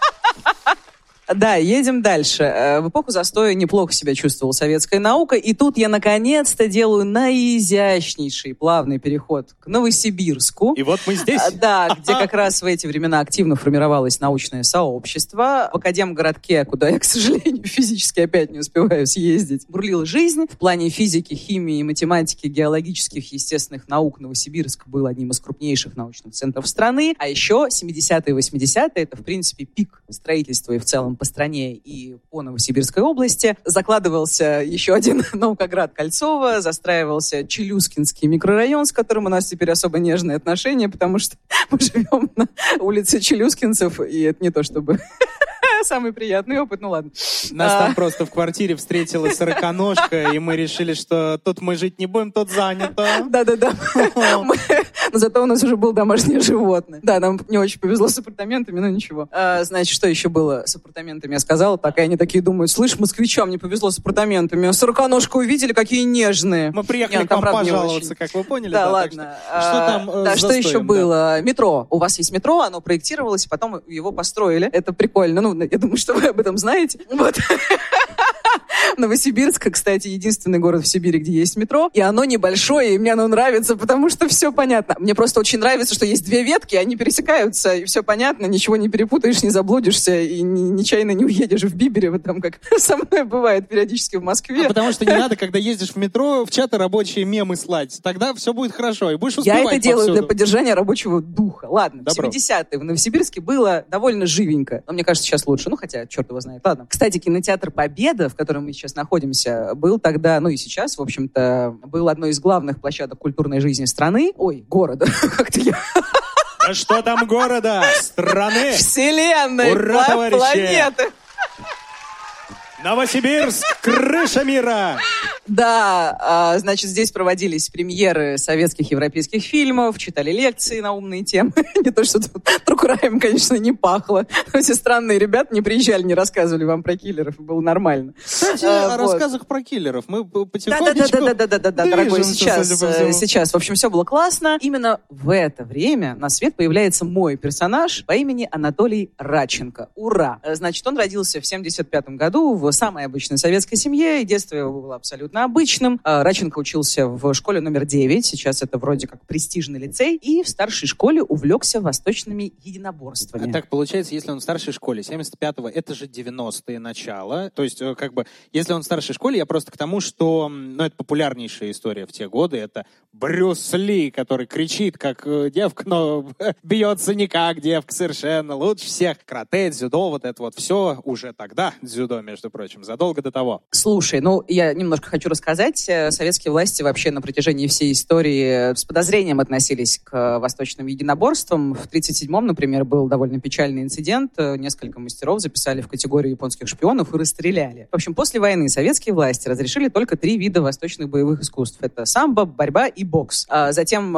Да, едем дальше. В эпоху застоя неплохо себя чувствовала советская наука, и тут я наконец-то делаю наизящнейший плавный переход к Новосибирску. И вот мы здесь. Да, где как раз в эти времена активно формировалось научное сообщество. В Академгородке, куда я, к сожалению, физически опять не успеваю съездить, бурлила жизнь. В плане физики, химии, математики, геологических, естественных наук Новосибирск был одним из крупнейших научных центров страны. А еще 70-е и 80-е — это, в принципе, пик строительства и в целом по стране и по Новосибирской области. Закладывался еще один наукоград Кольцово, застраивался Челюскинский микрорайон, с которым у нас теперь особо нежные отношения, потому что мы живем на улице Челюскинцев, и это не то чтобы Самый приятный опыт, ну ладно. Нас там просто в квартире встретила сороконожка, и мы решили, что тут мы жить не будем, тут занято. Да-да-да. Но зато у нас уже было домашнее животное. Да, нам не очень повезло с апартаментами, но ничего. Значит, что еще было с апартаментами? Я сказала так, и они такие думают, слышь, москвичам не повезло с апартаментами. Сороконожку увидели, какие нежные. Мы приехали к вам пожаловаться, как вы поняли. Да, ладно. Что там да, что еще было? Метро. У вас есть метро, оно проектировалось, потом его построили. Это прикольно. Ну, я думаю, что вы об этом знаете. Вот. Новосибирск, кстати, единственный город в Сибири, где есть метро. И оно небольшое, и мне оно нравится, потому что все понятно. Мне просто очень нравится, что есть две ветки, они пересекаются, и все понятно, ничего не перепутаешь, не заблудишься, и нечаянно не уедешь в Биберево, там, как со мной бывает периодически в Москве. Потому что не надо, когда ездишь в метро, в чаты рабочие мемы слать. Тогда все будет хорошо, и будешь успевать. Я это делаю повсюду. для поддержания рабочего духа. Ладно, Добро. В 70-е в Новосибирске было довольно живенько. Но мне кажется, сейчас лучше. Ну, хотя, черт его знает. Ладно. Кстати, кинотеатр «Победа», в котором мы сейчас находимся, был тогда, ну и сейчас, в общем-то, был одной из главных площадок культурной жизни страны. Ой, города. Как-то я... А что там города? Страны? Вселенной! Ура, товарищи! Планеты! Новосибирск, крыша мира! Да, значит, здесь проводились премьеры советских, европейских фильмов, читали лекции на умные темы. Не то, что тут Трукураем, конечно, не пахло. Все странные ребята не приезжали, не рассказывали вам про киллеров, было нормально. Кстати, о рассказах про киллеров мы потихонечку... Да, дорогой, сейчас. В общем, все было классно. Именно в это время на свет появляется мой персонаж по имени Анатолий Радченко. Ура! Значит, он родился в 75-м году в самой обычной советской семье, и детство его было абсолютно обычным. Радченко учился в школе номер 9, сейчас это вроде как престижный лицей, и в старшей школе увлекся восточными единоборствами. А так получается, если он в старшей школе 75-го, это же 90-е начало. То есть, как бы, если он в старшей школе, я просто к тому, что, ну, это популярнейшая история в те годы, это Брюс Ли, который кричит, как девка, но бьется не как девка совершенно, лучше всех. Карате, дзюдо, вот это вот все уже тогда, дзюдо, между прочим, задолго до того. Слушай, ну, я немножко хочу рассказать. Советские власти вообще на протяжении всей истории с подозрением относились к восточным единоборствам. В 1937-м, например, был довольно печальный инцидент. Несколько мастеров записали в категорию японских шпионов и расстреляли. В общем, после войны советские власти разрешили только 3 вида восточных боевых искусств. Это самбо, борьба и бокс. А затем...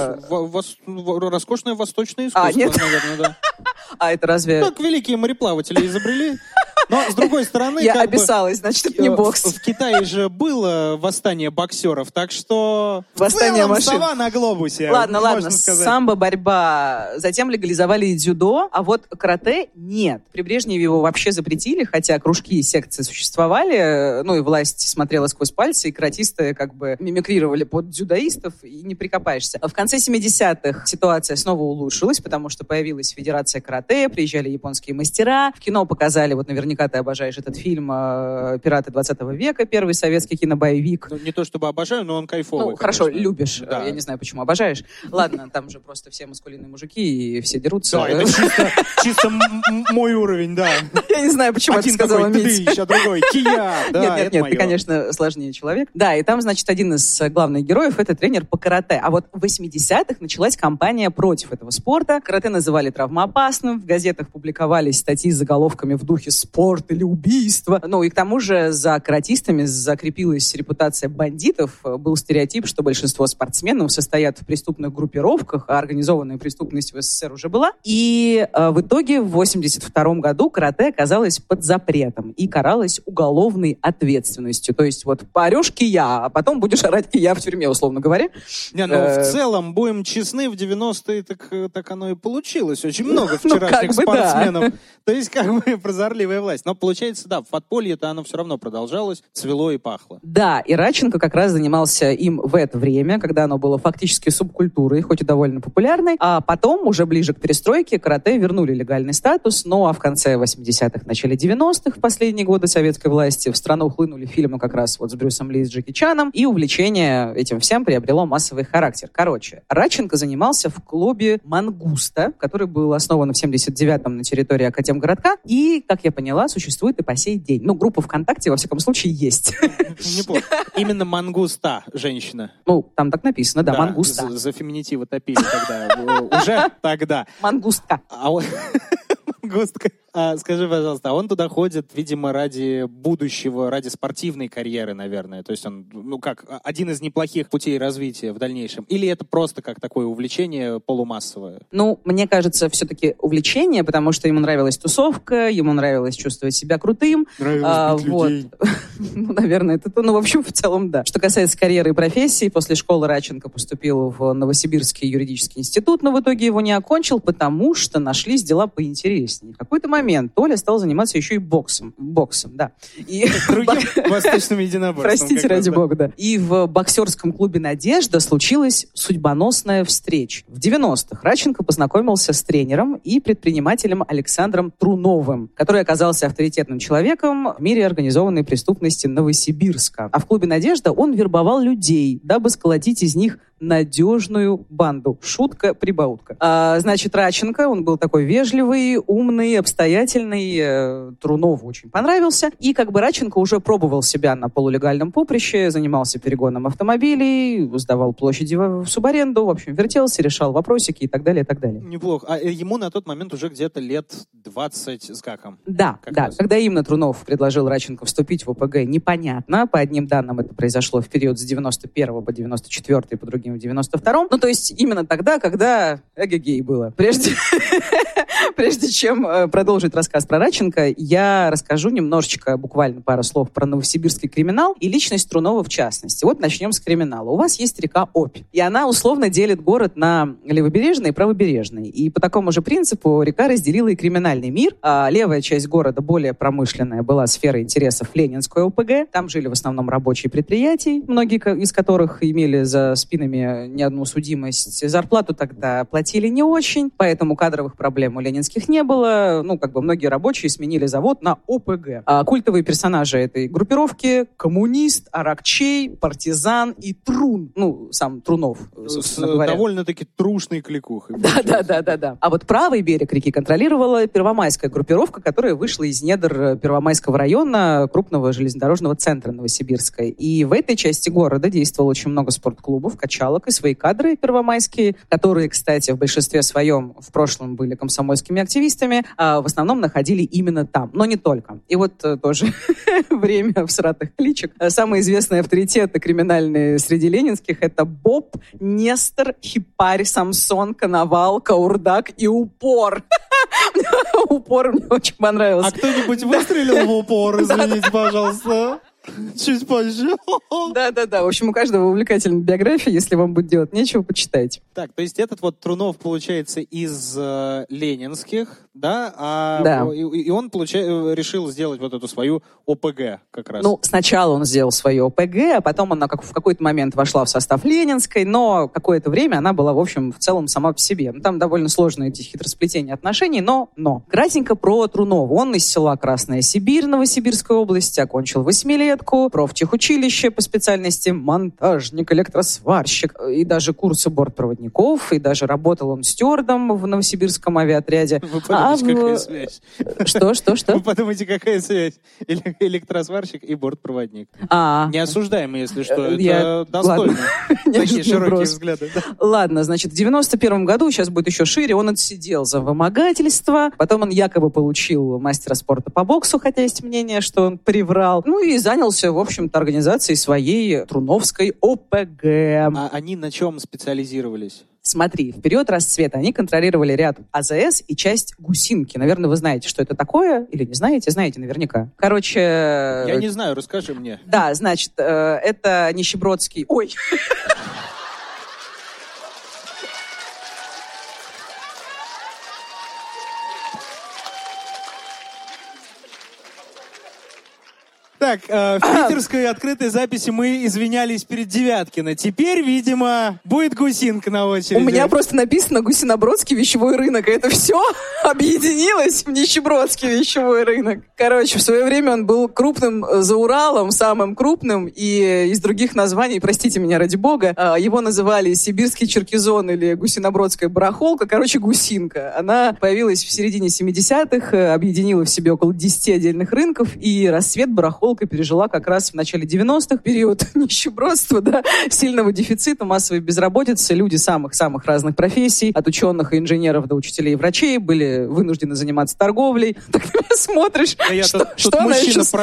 Бокс. Роскошное восточное искусство, нет. наверное, да. А это разве... Так великие мореплаватели изобрели. Но, с другой стороны... Я описалась, значит, это не бокс. В Китае же было восстание боксеров, так что... Восстание машин. Сова на глобусе. Ладно. Самбо, борьба. Затем легализовали и дзюдо, а вот карате нет. При Брежневе его вообще запретили, хотя кружки и секции существовали. Ну и власть смотрела сквозь пальцы, и каратисты как бы мимикрировали под дзюдоистов, и не прикопаешься. В конце 70-х ситуация снова улучшилась, потому что появилась Федерация карате, приезжали японские мастера. В кино показали, вот наверняка ты обожаешь этот фильм «Пираты 20 века», первый советский кинобоевик. Ну, не то чтобы обожаю, но он кайфовый. Ну, хорошо, конечно. любишь. Да. Я не знаю, почему обожаешь. Ладно, там же просто все маскулинные мужики, и все дерутся. Да, это чисто мой уровень, да. Я не знаю, почему это сказала Митя. Еще другой, Кия. Нет, ты, конечно, сложнее человек. Да, и там, значит, один из главных героев — это тренер по карате. А вот в 80-х началась кампания против этого спорта. Карате называли травмоопасным, в газетах публиковались статьи с заголовками в духе «Спорт или убийство». Ну и к тому же за каратистами закрепилась репутация бандитов. Был стереотип, что большинство спортсменов состоят в преступных группировках, а организованная преступность в СССР уже была. И в итоге в 82 году карате оказалось под запретом и каралось уголовной ответственностью. То есть вот поорешь кия, а потом будешь орать кия в тюрьме, условно говоря. Не, ну в целом, будем честны, в 90-е так оно и получилось. Очень много вчерашних спортсменов. Да. То есть как бы прозорливая власть. Но получается, да, в подполье-то оно все равно продолжалось, цвело и пахло. Да, и Радченко как раз занимался им в это время, когда оно было фактически субкультурой, хоть и довольно популярной. А потом, уже ближе к перестройке, карате вернули легальный статус. Ну, а в конце 80-х, начале 90-х, в последние годы советской власти, в страну хлынули фильмы как раз вот с Брюсом Ли и с Джеки Чаном, и увлечение этим всем приобрело массовый характер. Короче, Радченко занимался в клубе «Мангуста», который был основан в 79-м на территории Академгородка, и, как я поняла, существует и по сей день. Ну, группа ВКонтакте, во всяком случае, есть. Неплохо. Именно «Мангуста» женщина. Ну, там так написано, да, «Мангуста». За феминитивы топили тогда. Уже тогда. «Мангустка». Мангустка. Скажи, пожалуйста, а он туда ходит, видимо, ради будущего, ради спортивной карьеры, наверное? То есть он, один из неплохих путей развития в дальнейшем? Или это просто как такое увлечение полумассовое? Мне кажется, все-таки увлечение, потому что ему нравилась тусовка, ему нравилось чувствовать себя крутым. Нравилось быть людей. Наверное, это то. В общем, в целом, да. Что касается карьеры и профессии, после школы Радченко поступил в Новосибирский юридический институт, но в итоге его не окончил, потому что нашлись дела поинтереснее. В какой-то момент Толя стал заниматься еще и боксом. Да. Другим восточным единоборством. Простите, ради бога, да. И в боксерском клубе «Надежда» случилась судьбоносная встреча. В 90-х Радченко познакомился с тренером и предпринимателем Александром Труновым, который оказался авторитетным человеком в мире организованной преступности Новосибирска. А в клубе «Надежда» он вербовал людей, дабы сколотить из них надежную банду. Шутка-прибаутка. Значит, Радченко, он был такой вежливый, умный, обстоятельный. Трунову очень понравился. И Радченко уже пробовал себя на полулегальном поприще, занимался перегоном автомобилей, сдавал площади в субаренду, в общем, вертелся, решал вопросики и так далее, и так далее. Неплохо. А ему на тот момент уже где-то лет 20 с гаком. Да. Когда именно Трунов предложил Радченко вступить в ОПГ, непонятно. По одним данным, это произошло в период с 91 по 94, по другим в 92-м. То есть именно тогда, когда эгегей было. Прежде чем продолжить рассказ про Радченко, я расскажу немножечко, буквально пару слов про новосибирский криминал и личность Трунова в частности. Вот начнем с криминала. У вас есть река Обь, и она условно делит город на левобережный и правобережный. И по такому же принципу река разделила и криминальный мир. А левая часть города, более промышленная, была сферой интересов Ленинской ОПГ. Там жили в основном рабочие предприятия, многие из которых имели за спинами не одну судимость. Зарплату тогда платили не очень, поэтому кадровых проблем у ленинских не было. Многие рабочие сменили завод на ОПГ. А культовые персонажи этой группировки — коммунист, аракчей, партизан и Трун. Сам Трунов, собственно говоря. Довольно-таки трушной кликухой. Да. А вот правый берег реки контролировала первомайская группировка, которая вышла из недр Первомайского района, крупного железнодорожного центра Новосибирска. И в этой части города действовало очень много спортклубов, качалок и свои кадры первомайские, которые, кстати, в большинстве своем в прошлом были комсомольскими активистами, а в основном находили именно там. Но не только. И вот тоже время всратых кличек. Самые известные авторитеты криминальные среди ленинских — это Боб, Нестор, Хипарь, Самсон, Коновал, Каурдак и Упор. Упор мне очень понравился. А кто-нибудь выстрелил в упор, извините, пожалуйста? Чуть позже. Да. В общем, у каждого увлекательная биография. Если вам будет делать нечего, почитайте. Так, то есть этот вот Трунов, получается, из ленинских, да? Да. И он, решил сделать вот эту свою ОПГ как раз. Сначала он сделал свою ОПГ, а потом она в какой-то момент вошла в состав Ленинской, но какое-то время она была, в общем, в целом сама по себе. Там довольно сложные эти хитросплетения отношений, но. Кратенько про Трунова. Он из села Красная Сибирь Новосибирской области, окончил 8-летку, профтехучилище по специальности монтажник, электросварщик, и даже курсы бортпроводников, и даже работал он стюардом в Новосибирском авиаотряде. Вы подумайте, какая связь. Что? Вы подумайте, какая связь. Электросварщик и бортпроводник. Не осуждаем, если что. Это достойно. Такие широкие взгляды. Ладно, значит, в 91 году, сейчас будет еще шире, он отсидел за вымогательство, потом он якобы получил мастера спорта по боксу, хотя есть мнение, что он приврал. И занялся, в общем-то, организацией своей Труновской ОПГ. А они на чем специализировались? Смотри, в период расцвета они контролировали ряд АЗС и часть Гусинки. Наверное, вы знаете, что это такое, или не знаете? Знаете наверняка. Короче... Я не знаю, расскажи мне. Да, значит, это нищебродский... Ой! Так, в питерской открытой записи мы извинялись перед Девяткино. Теперь, видимо, будет Гусинка на очереди. У меня просто написано Гусинобродский вещевой рынок, и это все объединилось в Нищебродский вещевой рынок. Короче, в свое время он был крупным за Уралом, самым крупным, и из других названий, простите меня ради бога, его называли Сибирский Черкизон или Гусинобродская барахолка, короче, Гусинка. Она появилась в середине 70-х, объединила в себе около 10 отдельных рынков, и расцвет барахолки барахолка пережила как раз в начале 90-х период нищебродства, да, сильного дефицита, массовой безработицы. Люди самых-самых разных профессий, от ученых и инженеров до учителей и врачей, были вынуждены заниматься торговлей. Так ты меня смотришь, что она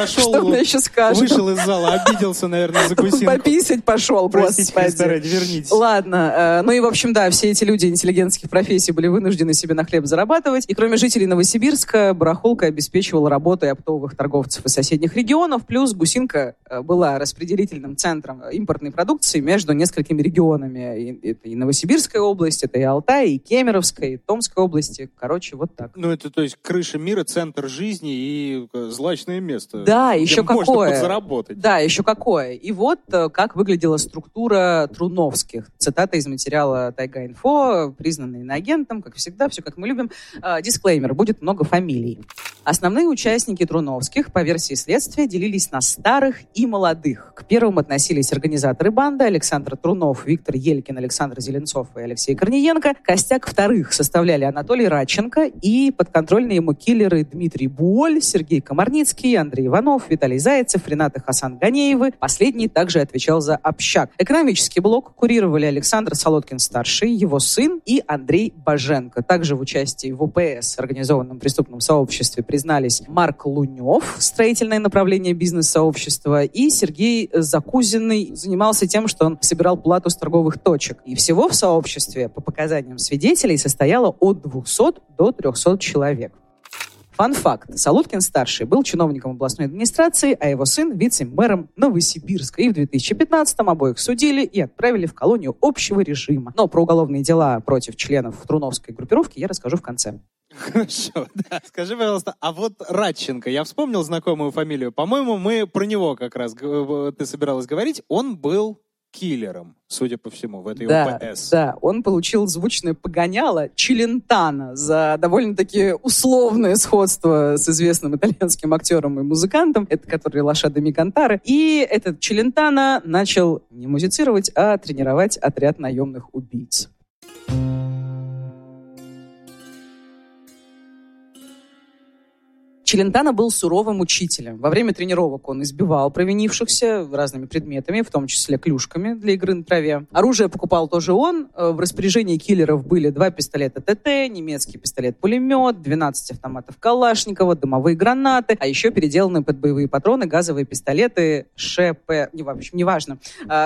еще скажет? Вышел из зала, обиделся, наверное, за гусинку. Пописать пошел, простите, вернитесь. Ладно, ну и, в общем, да, все эти люди интеллигентских профессий были вынуждены себе на хлеб зарабатывать. И кроме жителей Новосибирска, барахолка обеспечивала работой оптовых торговцев из соседних регионов, плюс гусинка была распределительным центром импортной продукции между несколькими регионами. Это и Новосибирская область, это и Алтай, и Кемеровская, и Томская области. Короче, вот так. Ну, это, то есть, крыша мира, центр жизни и злачное место. Да, еще какое. Можно подзаработать. Да, еще какое. И вот как выглядела структура Труновских. Цитата из материала Тайга-Инфо, признанный иноагентом, как всегда, все как мы любим. Дисклеймер, будет много фамилий. Основные участники Труновских, по версии следствия, делились на старых и молодых. К первым относились организаторы банды Александр Трунов, Виктор Елькин, Александр Зеленцов и Алексей Корниенко. Костяк вторых составляли Анатолий Радченко и подконтрольные ему киллеры Дмитрий Буоль, Сергей Комарницкий, Андрей Иванов, Виталий Зайцев, Ренат и Хасан Ганеевы. Последний также отвечал за общак. Экономический блок курировали Александр Солодкин-старший, его сын и Андрей Боженко. Также в участии в ОПС, организованном преступном сообществе, признались Марк Лунев, строительное направление бизнес-сообщества, и Сергей Закузиный занимался тем, что он собирал плату с торговых точек. И всего в сообществе, по показаниям свидетелей, состояло от 200 до 300 человек. Фан-факт. Солодкин-старший был чиновником областной администрации, а его сын вице-мэром Новосибирска. И в 2015-м обоих судили и отправили в колонию общего режима. Но про уголовные дела против членов Труновской группировки я расскажу в конце. Хорошо, да. Скажи, пожалуйста, а вот Радченко, я вспомнил знакомую фамилию. По-моему, мы про него как раз ты собиралась говорить. Он был киллером, судя по всему, в этой ОПС. Да, он получил звучное погоняло Челентано за довольно-таки условное сходство с известным итальянским актером и музыкантом, это который Лошадо Кантаре. И этот Челентано начал не музицировать, а тренировать отряд наемных убийц. Челентано был суровым учителем. Во время тренировок он избивал провинившихся разными предметами, в том числе клюшками для игры на траве. Оружие покупал тоже он. В распоряжении киллеров были 2 пистолета ТТ, немецкий пистолет-пулемет, 12 автоматов Калашникова, дымовые гранаты, а еще переделанные под боевые патроны газовые пистолеты ШП. Неважно.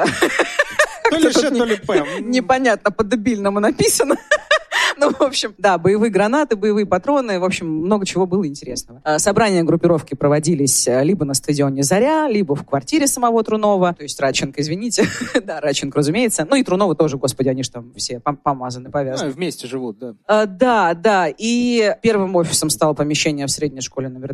То ли Ш, то ли П. Непонятно, по-дебильному написано. Ну, в общем, да, боевые гранаты, боевые патроны, в общем, много чего было интересного. Собрания группировки проводились либо на стадионе «Заря», либо в квартире самого Трунова, то есть Радченко, извините. Да, Радченко, разумеется. Ну и Трунова тоже, господи, они же там все помазаны, повязаны. Ну, вместе живут, да. Да. И первым офисом стало помещение в средней школе номер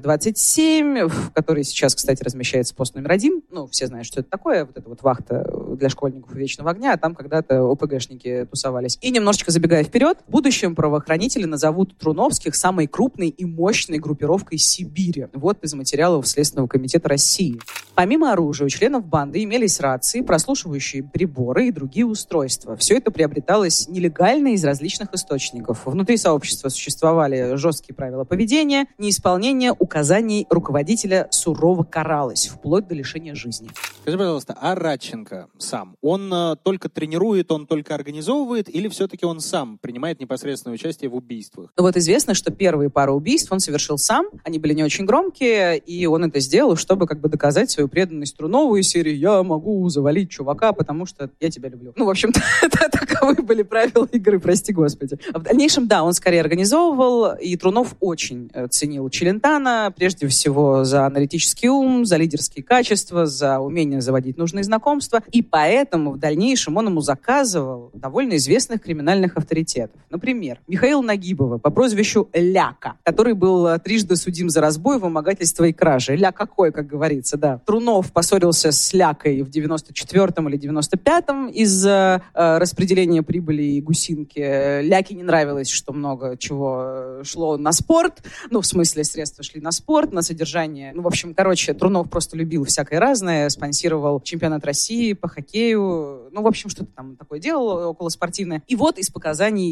27, в которой сейчас, кстати, размещается пост номер 1. Ну, все знают, что это такое. Вот эта вот вахта для школьников Вечного огня, а там когда-то ОПГшники тусовались. И немножечко забегая вперед, в будущем правоохранители назовут Труновских самой крупной и мощной группировкой Сибири. Вот из материалов Следственного комитета России. Помимо оружия, у членов банды имелись рации, прослушивающие приборы и другие устройства. Все это приобреталось нелегально из различных источников. Внутри сообщества существовали жесткие правила поведения, неисполнение указаний руководителя сурово каралось, вплоть до лишения жизни. Скажи, пожалуйста, а Радченко сам, он только тренирует, он только организовывает, или все-таки он сам принимает непосредственное участие в убийствах? Ну вот известно, что первые пару убийств он совершил сам, они были не очень громкие, и он это сделал, чтобы как бы доказать свою преданность Трунову из серии «Я могу завалить чувака, потому что я тебя люблю». Ну, в общем-то, таковы были правила игры, прости господи. В дальнейшем, да, он скорее организовывал, и Трунов очень ценил Челентано, прежде всего за аналитический ум, за лидерские качества, за умение заводить нужные знакомства, и поэтому в дальнейшем он ему заказывал довольно известных криминальных авторитетов. Например, Михаила Нагибова по прозвищу Ляка, который был трижды судим за разбой, вымогательство и кражи. Ля какой, как говорится, да. Трунов поссорился с Лякой в 94-м или 95-м из-за распределения прибыли и гусинки. Ляке не нравилось, что много чего шло на спорт. Ну, в смысле, средства шли на спорт, на содержание. Ну, в общем, короче, Трунов просто любил всякое разное, спонсировал чемпионат России по хоккею. Ну, в общем, что-то там такое делал околоспортивное. И вот из показаний жены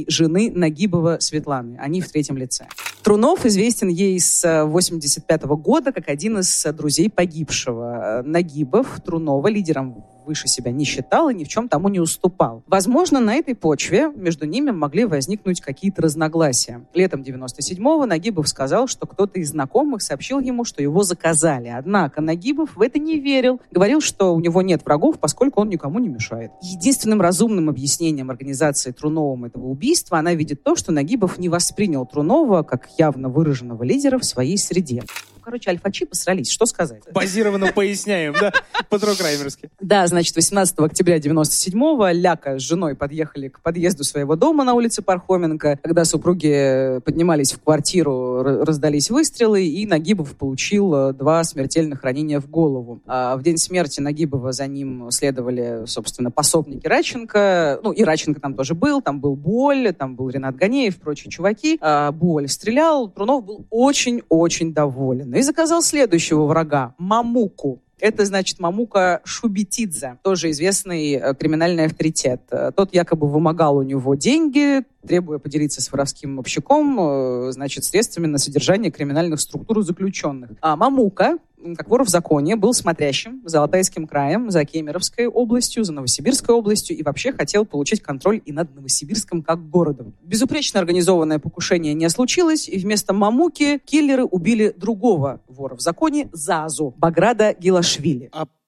жены Нагибова Светланы. Они в третьем лице. Трунов известен ей с 1985 года как один из друзей погибшего. Нагибов Трунова лидером выше себя не считал и ни в чем тому не уступал. Возможно, на этой почве между ними могли возникнуть какие-то разногласия. Летом 97-го Нагибов сказал, что кто-то из знакомых сообщил ему, что его заказали. Однако Нагибов в это не верил. Говорил, что у него нет врагов, поскольку он никому не мешает. Единственным разумным объяснением организации Труновым этого убийства она видит то, что Нагибов не воспринял Трунова как явно выраженного лидера в своей среде. Короче, альфачи посрались. Что сказать? Базированно поясняем, да? По-тру-краймерски. Да, значит, 18 октября 97-го Ляка с женой подъехали к подъезду своего дома на улице Пархоменко. Когда супруги поднимались в квартиру, раздались выстрелы, и Нагибов получил 2 смертельных ранения в голову. А в день смерти Нагибова за ним следовали, собственно, пособники Радченко. Ну, и Радченко там тоже был. Там был Боль, там был Ренат Ганеев, прочие чуваки. Боль стрелял. Трунов был очень-очень доволен. И заказал следующего врага – Мамуку. Это, значит, Мамука Шубитидзе, тоже известный криминальный авторитет. Тот якобы вымогал у него деньги, требуя поделиться с воровским общаком, значит, средствами на содержание криминальных структур заключенных. А Мамука, как вор в законе, был смотрящим за Алтайским краем, за Кемеровской областью, за Новосибирской областью и вообще хотел получить контроль и над Новосибирском как городом. Безупречно организованное покушение не случилось, и вместо Мамуки киллеры убили другого вора в законе, Зазу, Баграта Гилашвили.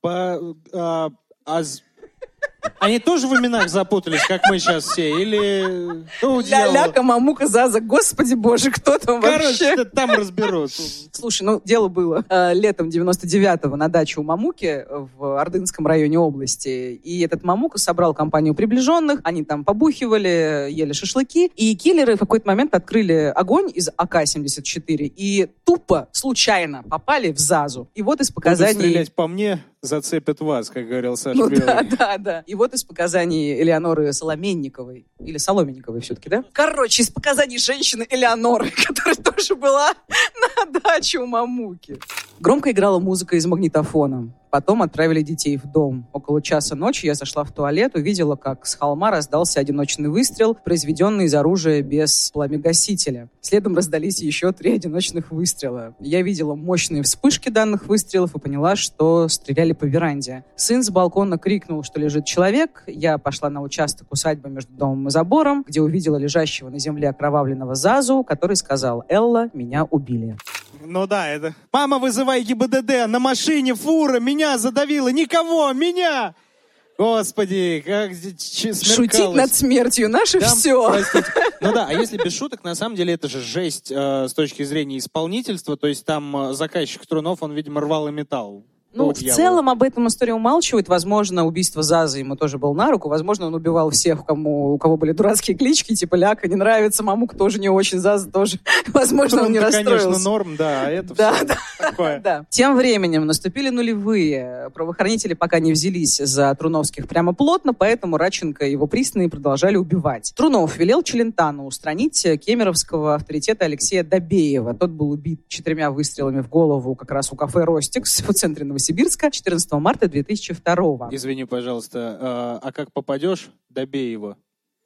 Они тоже в именах запутались, как мы сейчас все? Или... Ляка, Мамука, Заза. Господи боже, кто там вообще? Короче, там разберут. Слушай, дело было летом 99-го на даче у Мамуки в Ордынском районе области. И этот Мамука собрал компанию приближенных. Они там побухивали, ели шашлыки. И киллеры в какой-то момент открыли огонь из АК-74 и тупо, случайно попали в Зазу. И вот из показаний... Буду стрелять по мне, зацепят вас, как говорил Саша Белый. Да. И вот из показаний Элеоноры Соломенниковой, или Соломенниковой все-таки, да? Короче, из показаний женщины Элеоноры, которая тоже была на даче у Мамуки. Громко играла музыка из магнитофона. Потом отправили детей в дом. Около часа ночи я зашла в туалет, увидела, как с холма раздался одиночный выстрел, произведенный из оружия без пламегасителя. Следом раздались еще 3 одиночных выстрела. Я видела мощные вспышки данных выстрелов и поняла, что стреляли по веранде. Сын с балкона крикнул, что лежит человек. Я пошла на участок усадьбы между домом и забором, где увидела лежащего на земле окровавленного Зазу, который сказал: «Элла, меня убили». Ну да, это... Мама, вызывай ГИБДД, на машине фура, меня задавила, никого, меня! Господи, как смеркалось. Шутить над смертью, наше да, все. Простите. Ну да, а если без шуток, на самом деле это же жесть с точки зрения исполнительства, то есть там заказчик Трунов, он, видимо, рвал и металл. Ну, в целом об этом история умалчивает. Возможно, убийство Зазы ему тоже был на руку. Возможно, он убивал всех, у кого были дурацкие клички, типа Ляка не нравится, Мамук тоже не очень, Заза тоже. Возможно, он не расстроился. Конечно, норм, да, это да, все да, такое. Да. Тем временем наступили нулевые. Правоохранители пока не взялись за Труновских прямо плотно, поэтому Радченко и его присные продолжали убивать. Трунов велел Челентану устранить кемеровского авторитета Алексея Добеева. Тот был убит 4 выстрелами в голову как раз у кафе «Ростикс» в центре Новосибирска 14 марта 2002. Извини, пожалуйста, а как попадешь? Добеева.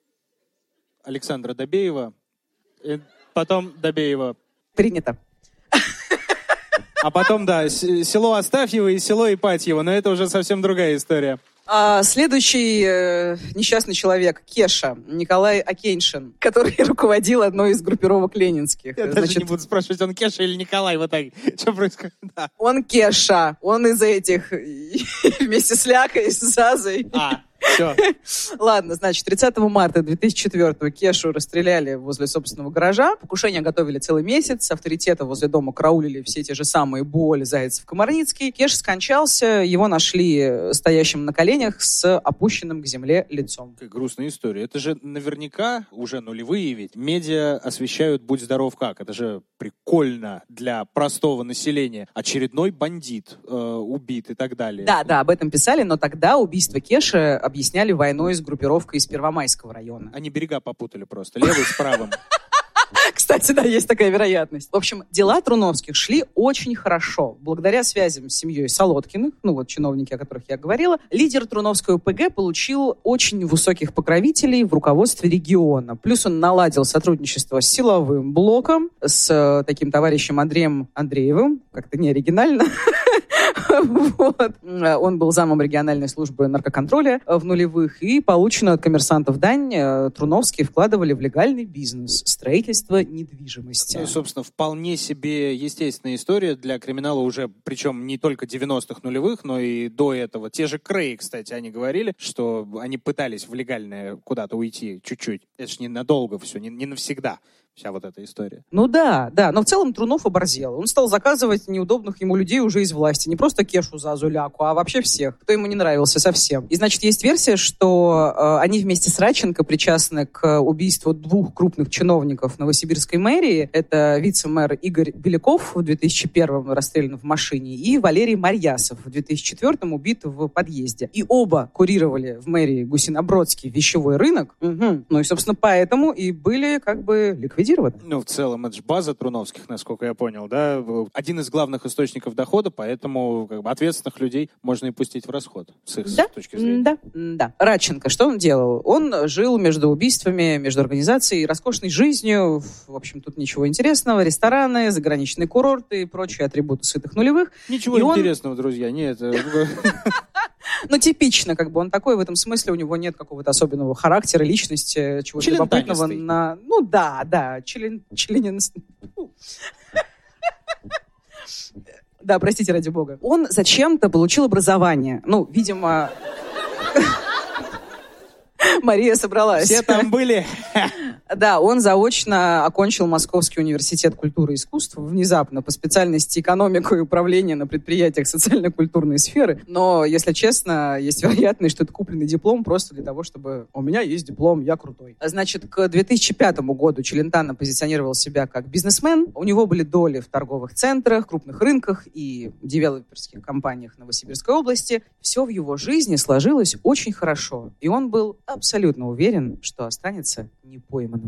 Александра Добеева. Потом Добеева. Принято. А потом, да, село Астафьево и село Ипатьево. Но это уже совсем другая история. Следующий несчастный человек, Кеша, Николай Акеньшин, который руководил одной из группировок ленинских. Я даже не буду спрашивать, он Кеша или Николай, вот так. Что происходит? Да. Он Кеша, он из этих, вместе с Лякой, с Зазой. Все. Ладно, значит, 30 марта 2004-го Кешу расстреляли возле собственного гаража. Покушение готовили целый месяц. Авторитета возле дома караулили все те же самые Боль, Зайцев, Комарницкий. Кеш скончался, его нашли стоящим на коленях с опущенным к земле лицом. Какая грустная история. Это же наверняка уже нулевые ведь. Медиа освещают «Будь здоров как». Это же прикольно для простого населения. Очередной бандит убит и так далее. Да, об этом писали, но тогда убийство Кеши объясняли войной с группировкой из Первомайского района. Они берега попутали просто, левый с правым. Кстати, да, есть такая вероятность. В общем, дела Труновских шли очень хорошо. Благодаря связям с семьей Солодкиных, чиновники, о которых я говорила, лидер Труновской ОПГ получил очень высоких покровителей в руководстве региона. Плюс он наладил сотрудничество с силовым блоком, с таким товарищем Андреем Андреевым, как-то не оригинально. Вот. Он был замом региональной службы наркоконтроля в нулевых, и полученную от коммерсантов дань Труновские вкладывали в легальный бизнес, строительство недвижимости. Ну, собственно, вполне себе естественная история для криминала уже, причем не только 90-х нулевых, но и до этого. Те же Крэй, кстати, они говорили, что они пытались в легальное куда-то уйти чуть-чуть. Это ж ненадолго все, не навсегда. Вся вот эта история. Ну да, но в целом Трунов оборзел. Он стал заказывать неудобных ему людей уже из власти. Не просто Кешу за Зуляку, а вообще всех, кто ему не нравился совсем. И, значит, есть версия, что они вместе с Радченко причастны к убийству 2 крупных чиновников Новосибирской мэрии. Это вице-мэр Игорь Беляков в 2001-м расстрелян в машине и Валерий Марьясов в 2004-м убит в подъезде. И оба курировали в мэрии Гусинобродский вещевой рынок. Угу. Ну и, собственно, поэтому и были ликвидированы. Ну, в целом, это же база Труновских, насколько я понял, да? Один из главных источников дохода, поэтому ответственных людей можно и пустить в расход, с их точки зрения. Да. Радченко, что он делал? Он жил между убийствами, между организацией, роскошной жизнью. В общем, тут ничего интересного. Рестораны, заграничные курорты и прочие атрибуты сытых нулевых. Ничего интересного, друзья, нет. Типично, он такой в этом смысле, у него нет какого-то особенного характера, личности, чего-то любопытного. Да, простите, ради бога. Он зачем-то получил образование. Видимо... Мария собралась. Все там были. Да, он заочно окончил Московский университет культуры и искусств внезапно по специальности экономику и управление на предприятиях социально-культурной сферы. Но, если честно, есть вероятность, что это купленный диплом просто для того, чтобы у меня есть диплом, я крутой. Значит, к 2005 году Челентано позиционировал себя как бизнесмен. У него были доли в торговых центрах, крупных рынках и девелоперских компаниях Новосибирской области. Все в его жизни сложилось очень хорошо. И он был абсолютно уверен, что останется непойманным.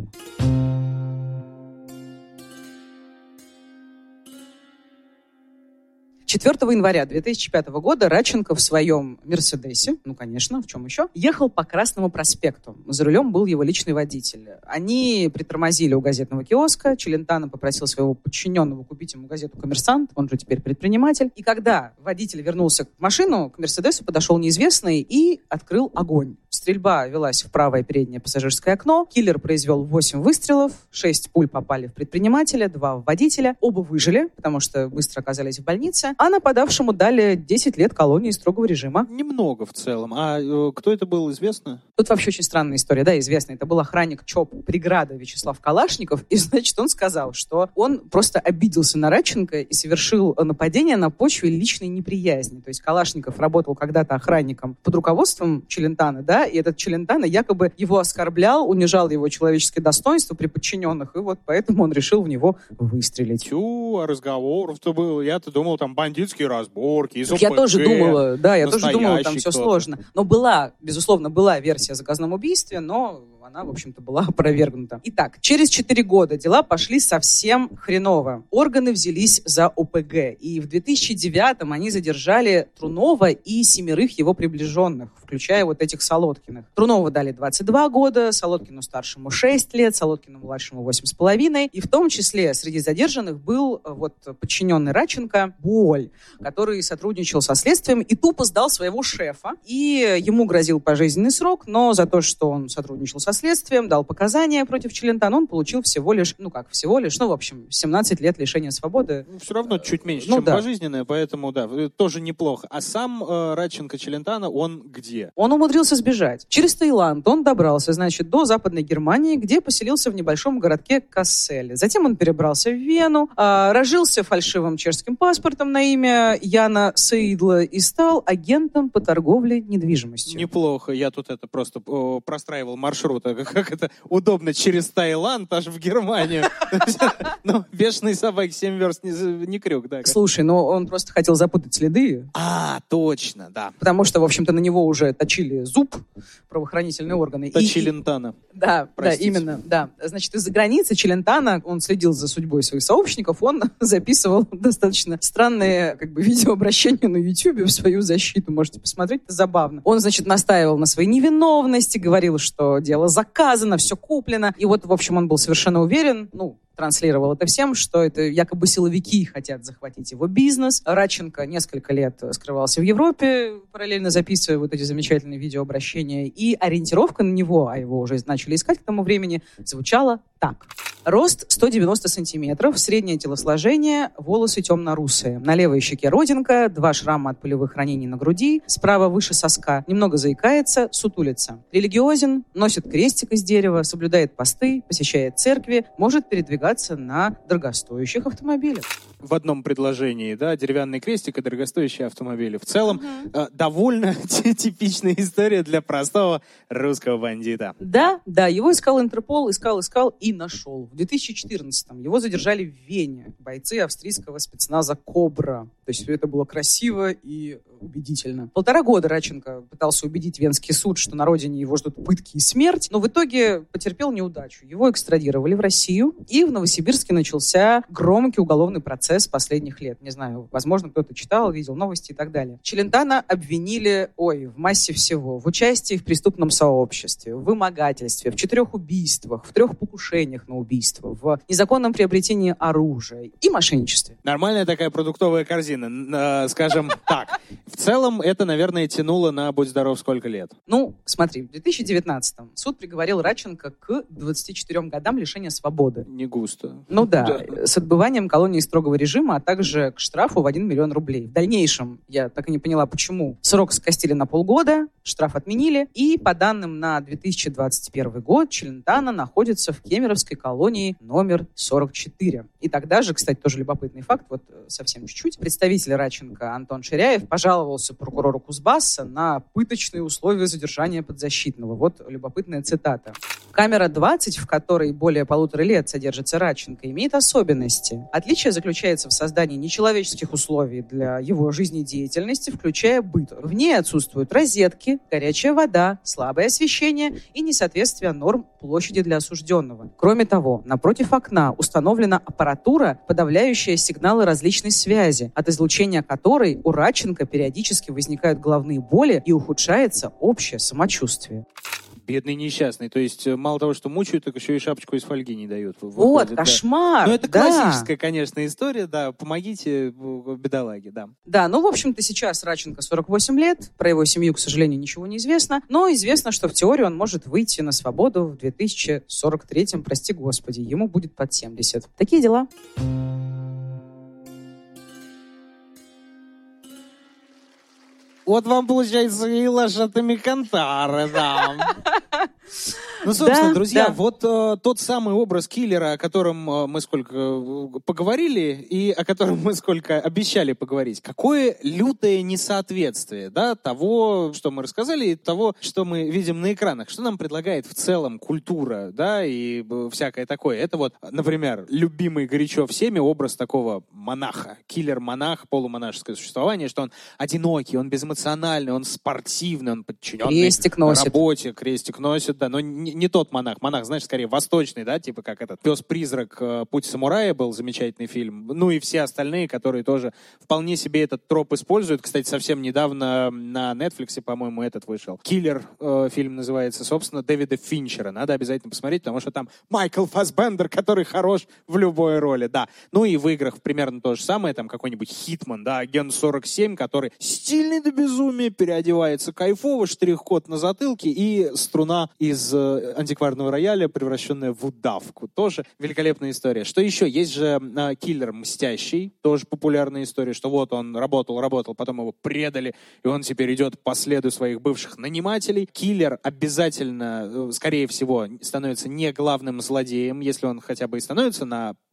4 января 2005 года Радченко в своем «Мерседесе», конечно, в чем еще, ехал по Красному проспекту. За рулем был его личный водитель. Они притормозили у газетного киоска. Челентано попросил своего подчиненного купить ему газету «Коммерсант», он же теперь предприниматель. И когда водитель вернулся к машину, к «Мерседесу» подошел неизвестный и открыл огонь. Стрельба велась в правое переднее пассажирское окно. Киллер произвел 8 выстрелов, 6 пуль попали в предпринимателя, 2 в водителя. Оба выжили, потому что быстро оказались в больнице. А нападавшему дали 10 лет колонии строгого режима. Немного в целом. А кто это был, известно? Тут вообще очень странная история. Да, известно. Это был охранник ЧОП «Преграда» Вячеслав Калашников. И, значит, он сказал, что он просто обиделся на Радченко и совершил нападение на почве личной неприязни. То есть Калашников работал когда-то охранником под руководством Челентано, да, и этот Челентано якобы его оскорблял, унижал его человеческое достоинство при подчиненных, и вот поэтому он решил в него выстрелить. А разговоров-то было. Я-то думал, там бандитские разборки, из ОПГ. Я тоже думала, там все сложно. Но безусловно, была версия о заказном убийстве, но она, в общем-то, была опровергнута. Итак, через 4 года дела пошли совсем хреново. Органы взялись за ОПГ, и в 2009-м они задержали Трунова и 7 его приближенных, включая вот этих Солодкиных. Трунова дали 22 года, Солодкину старшему 6 лет, Солодкину младшему 8,5. И в том числе среди задержанных был подчиненный Радченко Боль, который сотрудничал со следствием и тупо сдал своего шефа. И ему грозил пожизненный срок, но за то, что он сотрудничал со следствием, дал показания против Челентано, он получил всего лишь, 17 лет лишения свободы. Все равно чуть меньше, чем пожизненное, поэтому, тоже неплохо. А сам Радченко Челентано, он где? Он умудрился сбежать. Через Таиланд он добрался, до Западной Германии, где поселился в небольшом городке Касселе. Затем он перебрался в Вену, разжился фальшивым чешским паспортом на имя Яна Саидла и стал агентом по торговле недвижимостью. Неплохо. Я тут просто простраивал маршрут почему-то, как это удобно, через Таиланд аж в Германию. Ну, бешеные собаки 7 верст не крюк, да. Слушай, ну он просто хотел запутать следы. Точно, да. Потому что, в общем-то, на него уже точили зуб правоохранительные органы. Челентано. Да, Простите. именно, да. Значит, из-за границы Челентано, он следил за судьбой своих сообщников, он записывал достаточно странные видеообращения на YouTube в свою защиту. Можете посмотреть, это забавно. Он, значит, настаивал на своей невиновности, говорил, что дело заказано, все куплено. И вот, в общем, он был совершенно уверен, транслировал это всем, что это якобы силовики хотят захватить его бизнес. Радченко несколько лет скрывался в Европе, параллельно записывая вот эти замечательные видеообращения. И ориентировка на него, а его уже начали искать к тому времени, звучала так. Рост 190 сантиметров, среднее телосложение, волосы темно-русые. На левой щеке родинка, 2 шрама от пулевых ранений на груди, справа выше соска, немного заикается, сутулится. Религиозен, носит крестик из дерева, соблюдает посты, посещает церкви, может передвигаться на дорогостоящих автомобилях. В одном предложении, да, деревянный крестик и дорогостоящие автомобили. В целом, довольно типичная история для простого русского бандита. Да, его искал Интерпол, искал и нашел. В 2014-м его задержали в Вене бойцы австрийского спецназа «Кобра». То есть это было красиво и убедительно. 1,5 года Радченко пытался убедить венский суд, что на родине его ждут пытки и смерть, но в итоге потерпел неудачу. Его экстрадировали в Россию, и в Новосибирске начался громкий уголовный процесс последних лет. Не знаю, возможно, кто-то читал, видел новости и так далее. Челентано обвинили, в массе всего. В участии в преступном сообществе, в вымогательстве, в 4 убийствах, в 3 покушениях на убийство, в незаконном приобретении оружия и мошенничестве. Нормальная такая продуктовая корзина, скажем так. В целом, это, наверное, тянуло на, будь здоров, сколько лет? Смотри, в 2019-м суд приговорил Радченко к 24 годам лишения свободы. Не густо. С отбыванием колонии строгого режима, а также к штрафу в 1 миллион рублей. В дальнейшем, я так и не поняла, почему, срок скостили на полгода, штраф отменили, и по данным на 2021 год Челентано находится в Кемеровской колонии номер 44. И тогда же, кстати, тоже любопытный факт, совсем чуть-чуть, представитель Радченко Антон Ширяев пожаловался прокурору Кузбасса на пыточные условия задержания подзащитного. Любопытная цитата. Камера 20, в которой более 1,5 лет содержится Радченко, имеет особенности. Отличие заключается в создании нечеловеческих условий для его жизнедеятельности, включая быт. В ней отсутствуют розетки, горячая вода, слабое освещение и несоответствие норм площади для осужденного. Кроме того, напротив окна установлена аппаратура, подавляющая сигналы различной связи, от излучения которой у Радченко периодически возникают головные боли и ухудшается общее самочувствие. Бедный несчастный. То есть, мало того, что мучают, так еще и шапочку из фольги не дают. Кошмар! Да. Это классическая, конечно, история, да. Помогите бедолаге, да. Да, в общем-то, сейчас Радченко 48 лет. Про его семью, к сожалению, ничего не известно. Но известно, что в теории он может выйти на свободу в 2043-м, прости господи. Ему будет под 70. Такие дела. Вот вам, получается, и лошадными кантары, да. Собственно, друзья, тот самый образ киллера, о котором мы сколько поговорили и о котором мы сколько обещали поговорить. Какое лютое несоответствие, того, что мы рассказали, и того, что мы видим на экранах. Что нам предлагает в целом культура, и всякое такое. Это например, любимый горячо всеми образ такого монаха. Киллер-монах, полумонашеское существование, что он одинокий, он безэмоциональный, он спортивный, он подчиненный работе, крестик носит, но не тот монах. Монах, знаешь, скорее восточный, типа как этот «Пес-призрак. Путь самурая» был замечательный фильм. И все остальные, которые тоже вполне себе этот троп используют. Кстати, совсем недавно на Netflix, по-моему, этот вышел. «Киллер» фильм называется, собственно, Дэвида Финчера. Надо обязательно посмотреть, потому что там Майкл Фассбендер, который хорош в любой роли, да. И в играх примерно то же самое, там какой-нибудь Хитман, агент 47, который стильный до безумия, переодевается кайфово, штрих-код на затылке и струна из антикварного рояля, превращенная в удавку. Тоже великолепная история. Что еще? Есть же киллер мстящий, тоже популярная история, что он работал, потом его предали, и он теперь идет по следу своих бывших нанимателей. Киллер обязательно, скорее всего, становится не главным злодеем, если он хотя бы и становится на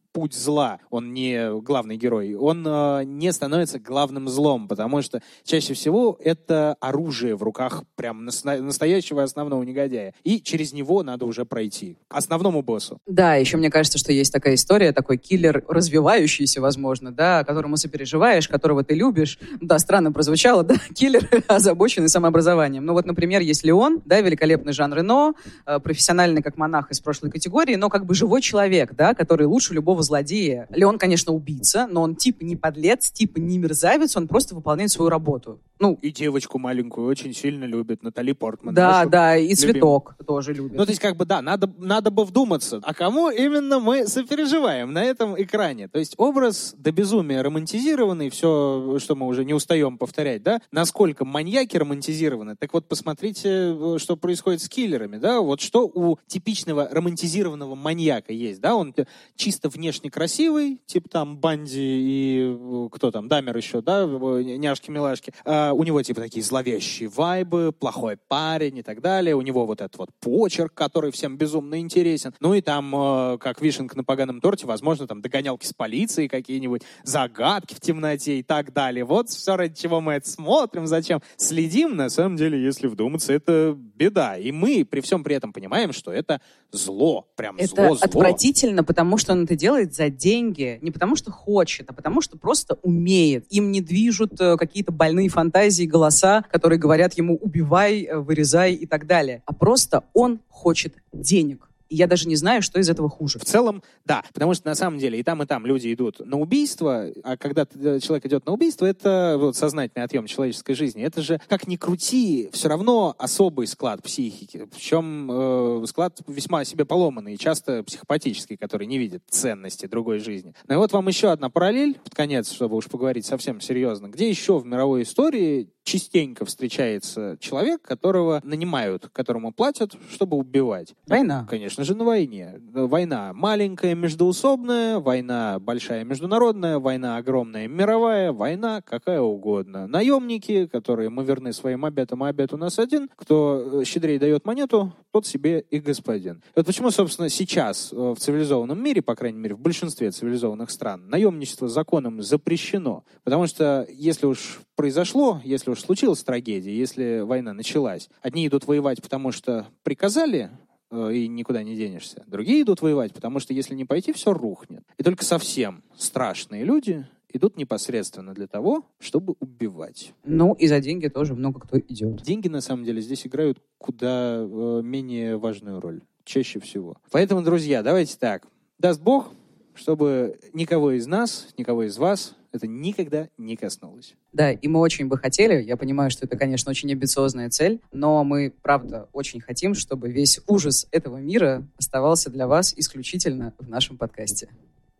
путь зла, он не главный герой, он не становится главным злом, потому что чаще всего это оружие в руках прям настоящего основного негодяя. И через него надо уже пройти. Основному боссу. Да, еще мне кажется, что есть такая история, такой киллер, развивающийся, возможно, да, которому сопереживаешь, которого ты любишь. Да, странно прозвучало, да, киллер, озабоченный самообразованием. Ну вот, например, есть Леон, да, великолепный Жан Рено, профессиональный как монах из прошлой категории, но как бы живой человек, да, который лучше любого злодея. Леон, конечно, убийца, но он типа не подлец, типа не мерзавец, он просто выполняет свою работу. Ну, и девочку маленькую очень сильно любит, Натали Портман. Да, да, и Цветок тоже любит. Ну, то есть, как бы, да, надо бы вдуматься, а кому именно мы сопереживаем на этом экране. То есть, образ до безумия романтизированный, все, что мы уже не устаем повторять, да, насколько маньяки романтизированы. Так вот, посмотрите, что происходит с киллерами, да, вот что у типичного романтизированного маньяка есть, да, он чисто внешне красивый, типа там Банди и кто там, Дамер еще, да, няшки-милашки. У него типа такие зловещие вайбы, плохой парень и так далее. У него вот этот вот почерк, который всем безумно интересен. Ну и там, как вишенка на поганом торте, возможно, там догонялки с полицией какие-нибудь, загадки в темноте и так далее. Вот все, ради чего мы это смотрим, зачем следим. На самом деле, если вдуматься, это беда. И мы при всем при этом понимаем, что это зло. Прям это зло. Это отвратительно, потому что он это делает за деньги. Не потому что хочет, а потому что просто умеет. Им не движут какие-то больные фантазии, голоса, которые говорят ему «убивай», «вырезай» и так далее. А просто он хочет денег. И я даже не знаю, что из этого хуже. В целом, да, потому что на самом деле и там люди идут на убийство, а когда человек идет на убийство, это вот сознательный отъем человеческой жизни. Это же, как ни крути, все равно особый склад психики. Причем склад весьма себе поломанный, часто психопатический, который не видит ценности другой жизни. Ну и вот вам еще одна параллель, под конец, чтобы уж поговорить совсем серьезно. Где еще в мировой истории частенько встречается человек, которого нанимают, которому платят, чтобы убивать? Война. Конечно же, на войне. Война маленькая, междоусобная, война большая, международная, война огромная, мировая, война какая угодно. Наемники, которые мы верны своим обетам, а обет у нас один. Кто щедрее дает монету, тот себе и господин. И вот почему, собственно, сейчас в цивилизованном мире, по крайней мере, в большинстве цивилизованных стран, наемничество законом запрещено. Потому что если уж произошло, если уж случилась трагедия, если война началась, одни идут воевать, потому что приказали, и никуда не денешься. Другие идут воевать, потому что если не пойти, все рухнет. И только совсем страшные люди идут непосредственно для того, чтобы убивать. Ну, и за деньги тоже много кто идет. Деньги, на самом деле, здесь играют куда менее важную роль. Чаще всего. Поэтому, друзья, давайте так. Даст Бог, чтобы никого из нас, никого из вас это никогда не коснулось. Да, и мы очень бы хотели, я понимаю, что это, конечно, очень амбициозная цель, но мы, правда, очень хотим, чтобы весь ужас этого мира оставался для вас исключительно в нашем подкасте.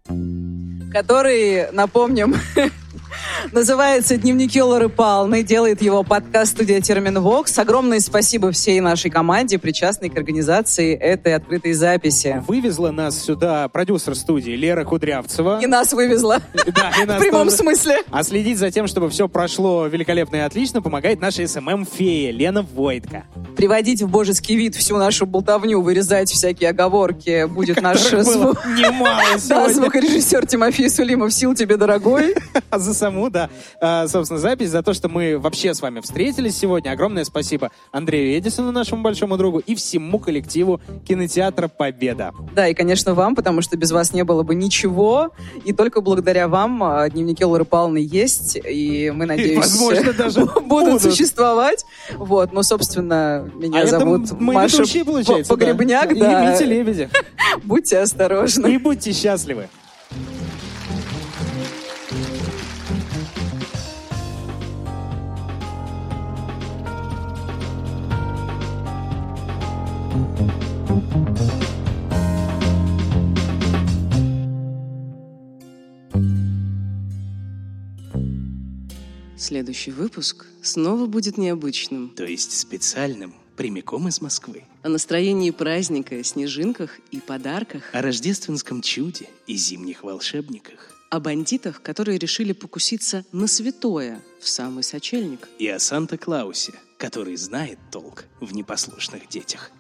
Который, напомним, называется «Дневники Лоры Палны». Делает его подкаст-студия «Терминвокс». Огромное спасибо всей нашей команде, причастной к организации этой открытой записи. Вывезла нас сюда продюсер студии Лера Кудрявцева. И нас вывезла. Да, и нас в прямом тоже. смысле. А следить за тем, чтобы все прошло великолепно и отлично, помогает наша СММ-фея Лена Войтко. Приводить в божеский вид всю нашу болтовню, вырезать всякие оговорки будет наш звукорежиссер Тимофей Сулимов. Сил тебе, дорогой. А за саму, да, собственно, запись, за то, что мы вообще с вами встретились сегодня. Огромное спасибо Андрею Эдисону, нашему большому другу, и всему коллективу кинотеатра «Победа». Да, и, конечно, вам, потому что без вас не было бы ничего. И только благодаря вам дневники Лоры Палны есть. И мы, надеюсь, возможно, даже будут существовать. Вот, ну, собственно, меня зовут Маша Погребняк. И Митя Лебедев. Будьте осторожны. И будьте счастливы. Следующий выпуск снова будет необычным. То есть специальным, прямиком из Москвы. О настроении праздника, снежинках и подарках. О рождественском чуде и зимних волшебниках. О бандитах, которые решили покуситься на святое в самый сочельник. И о Санта-Клаусе, который знает толк в непослушных детях.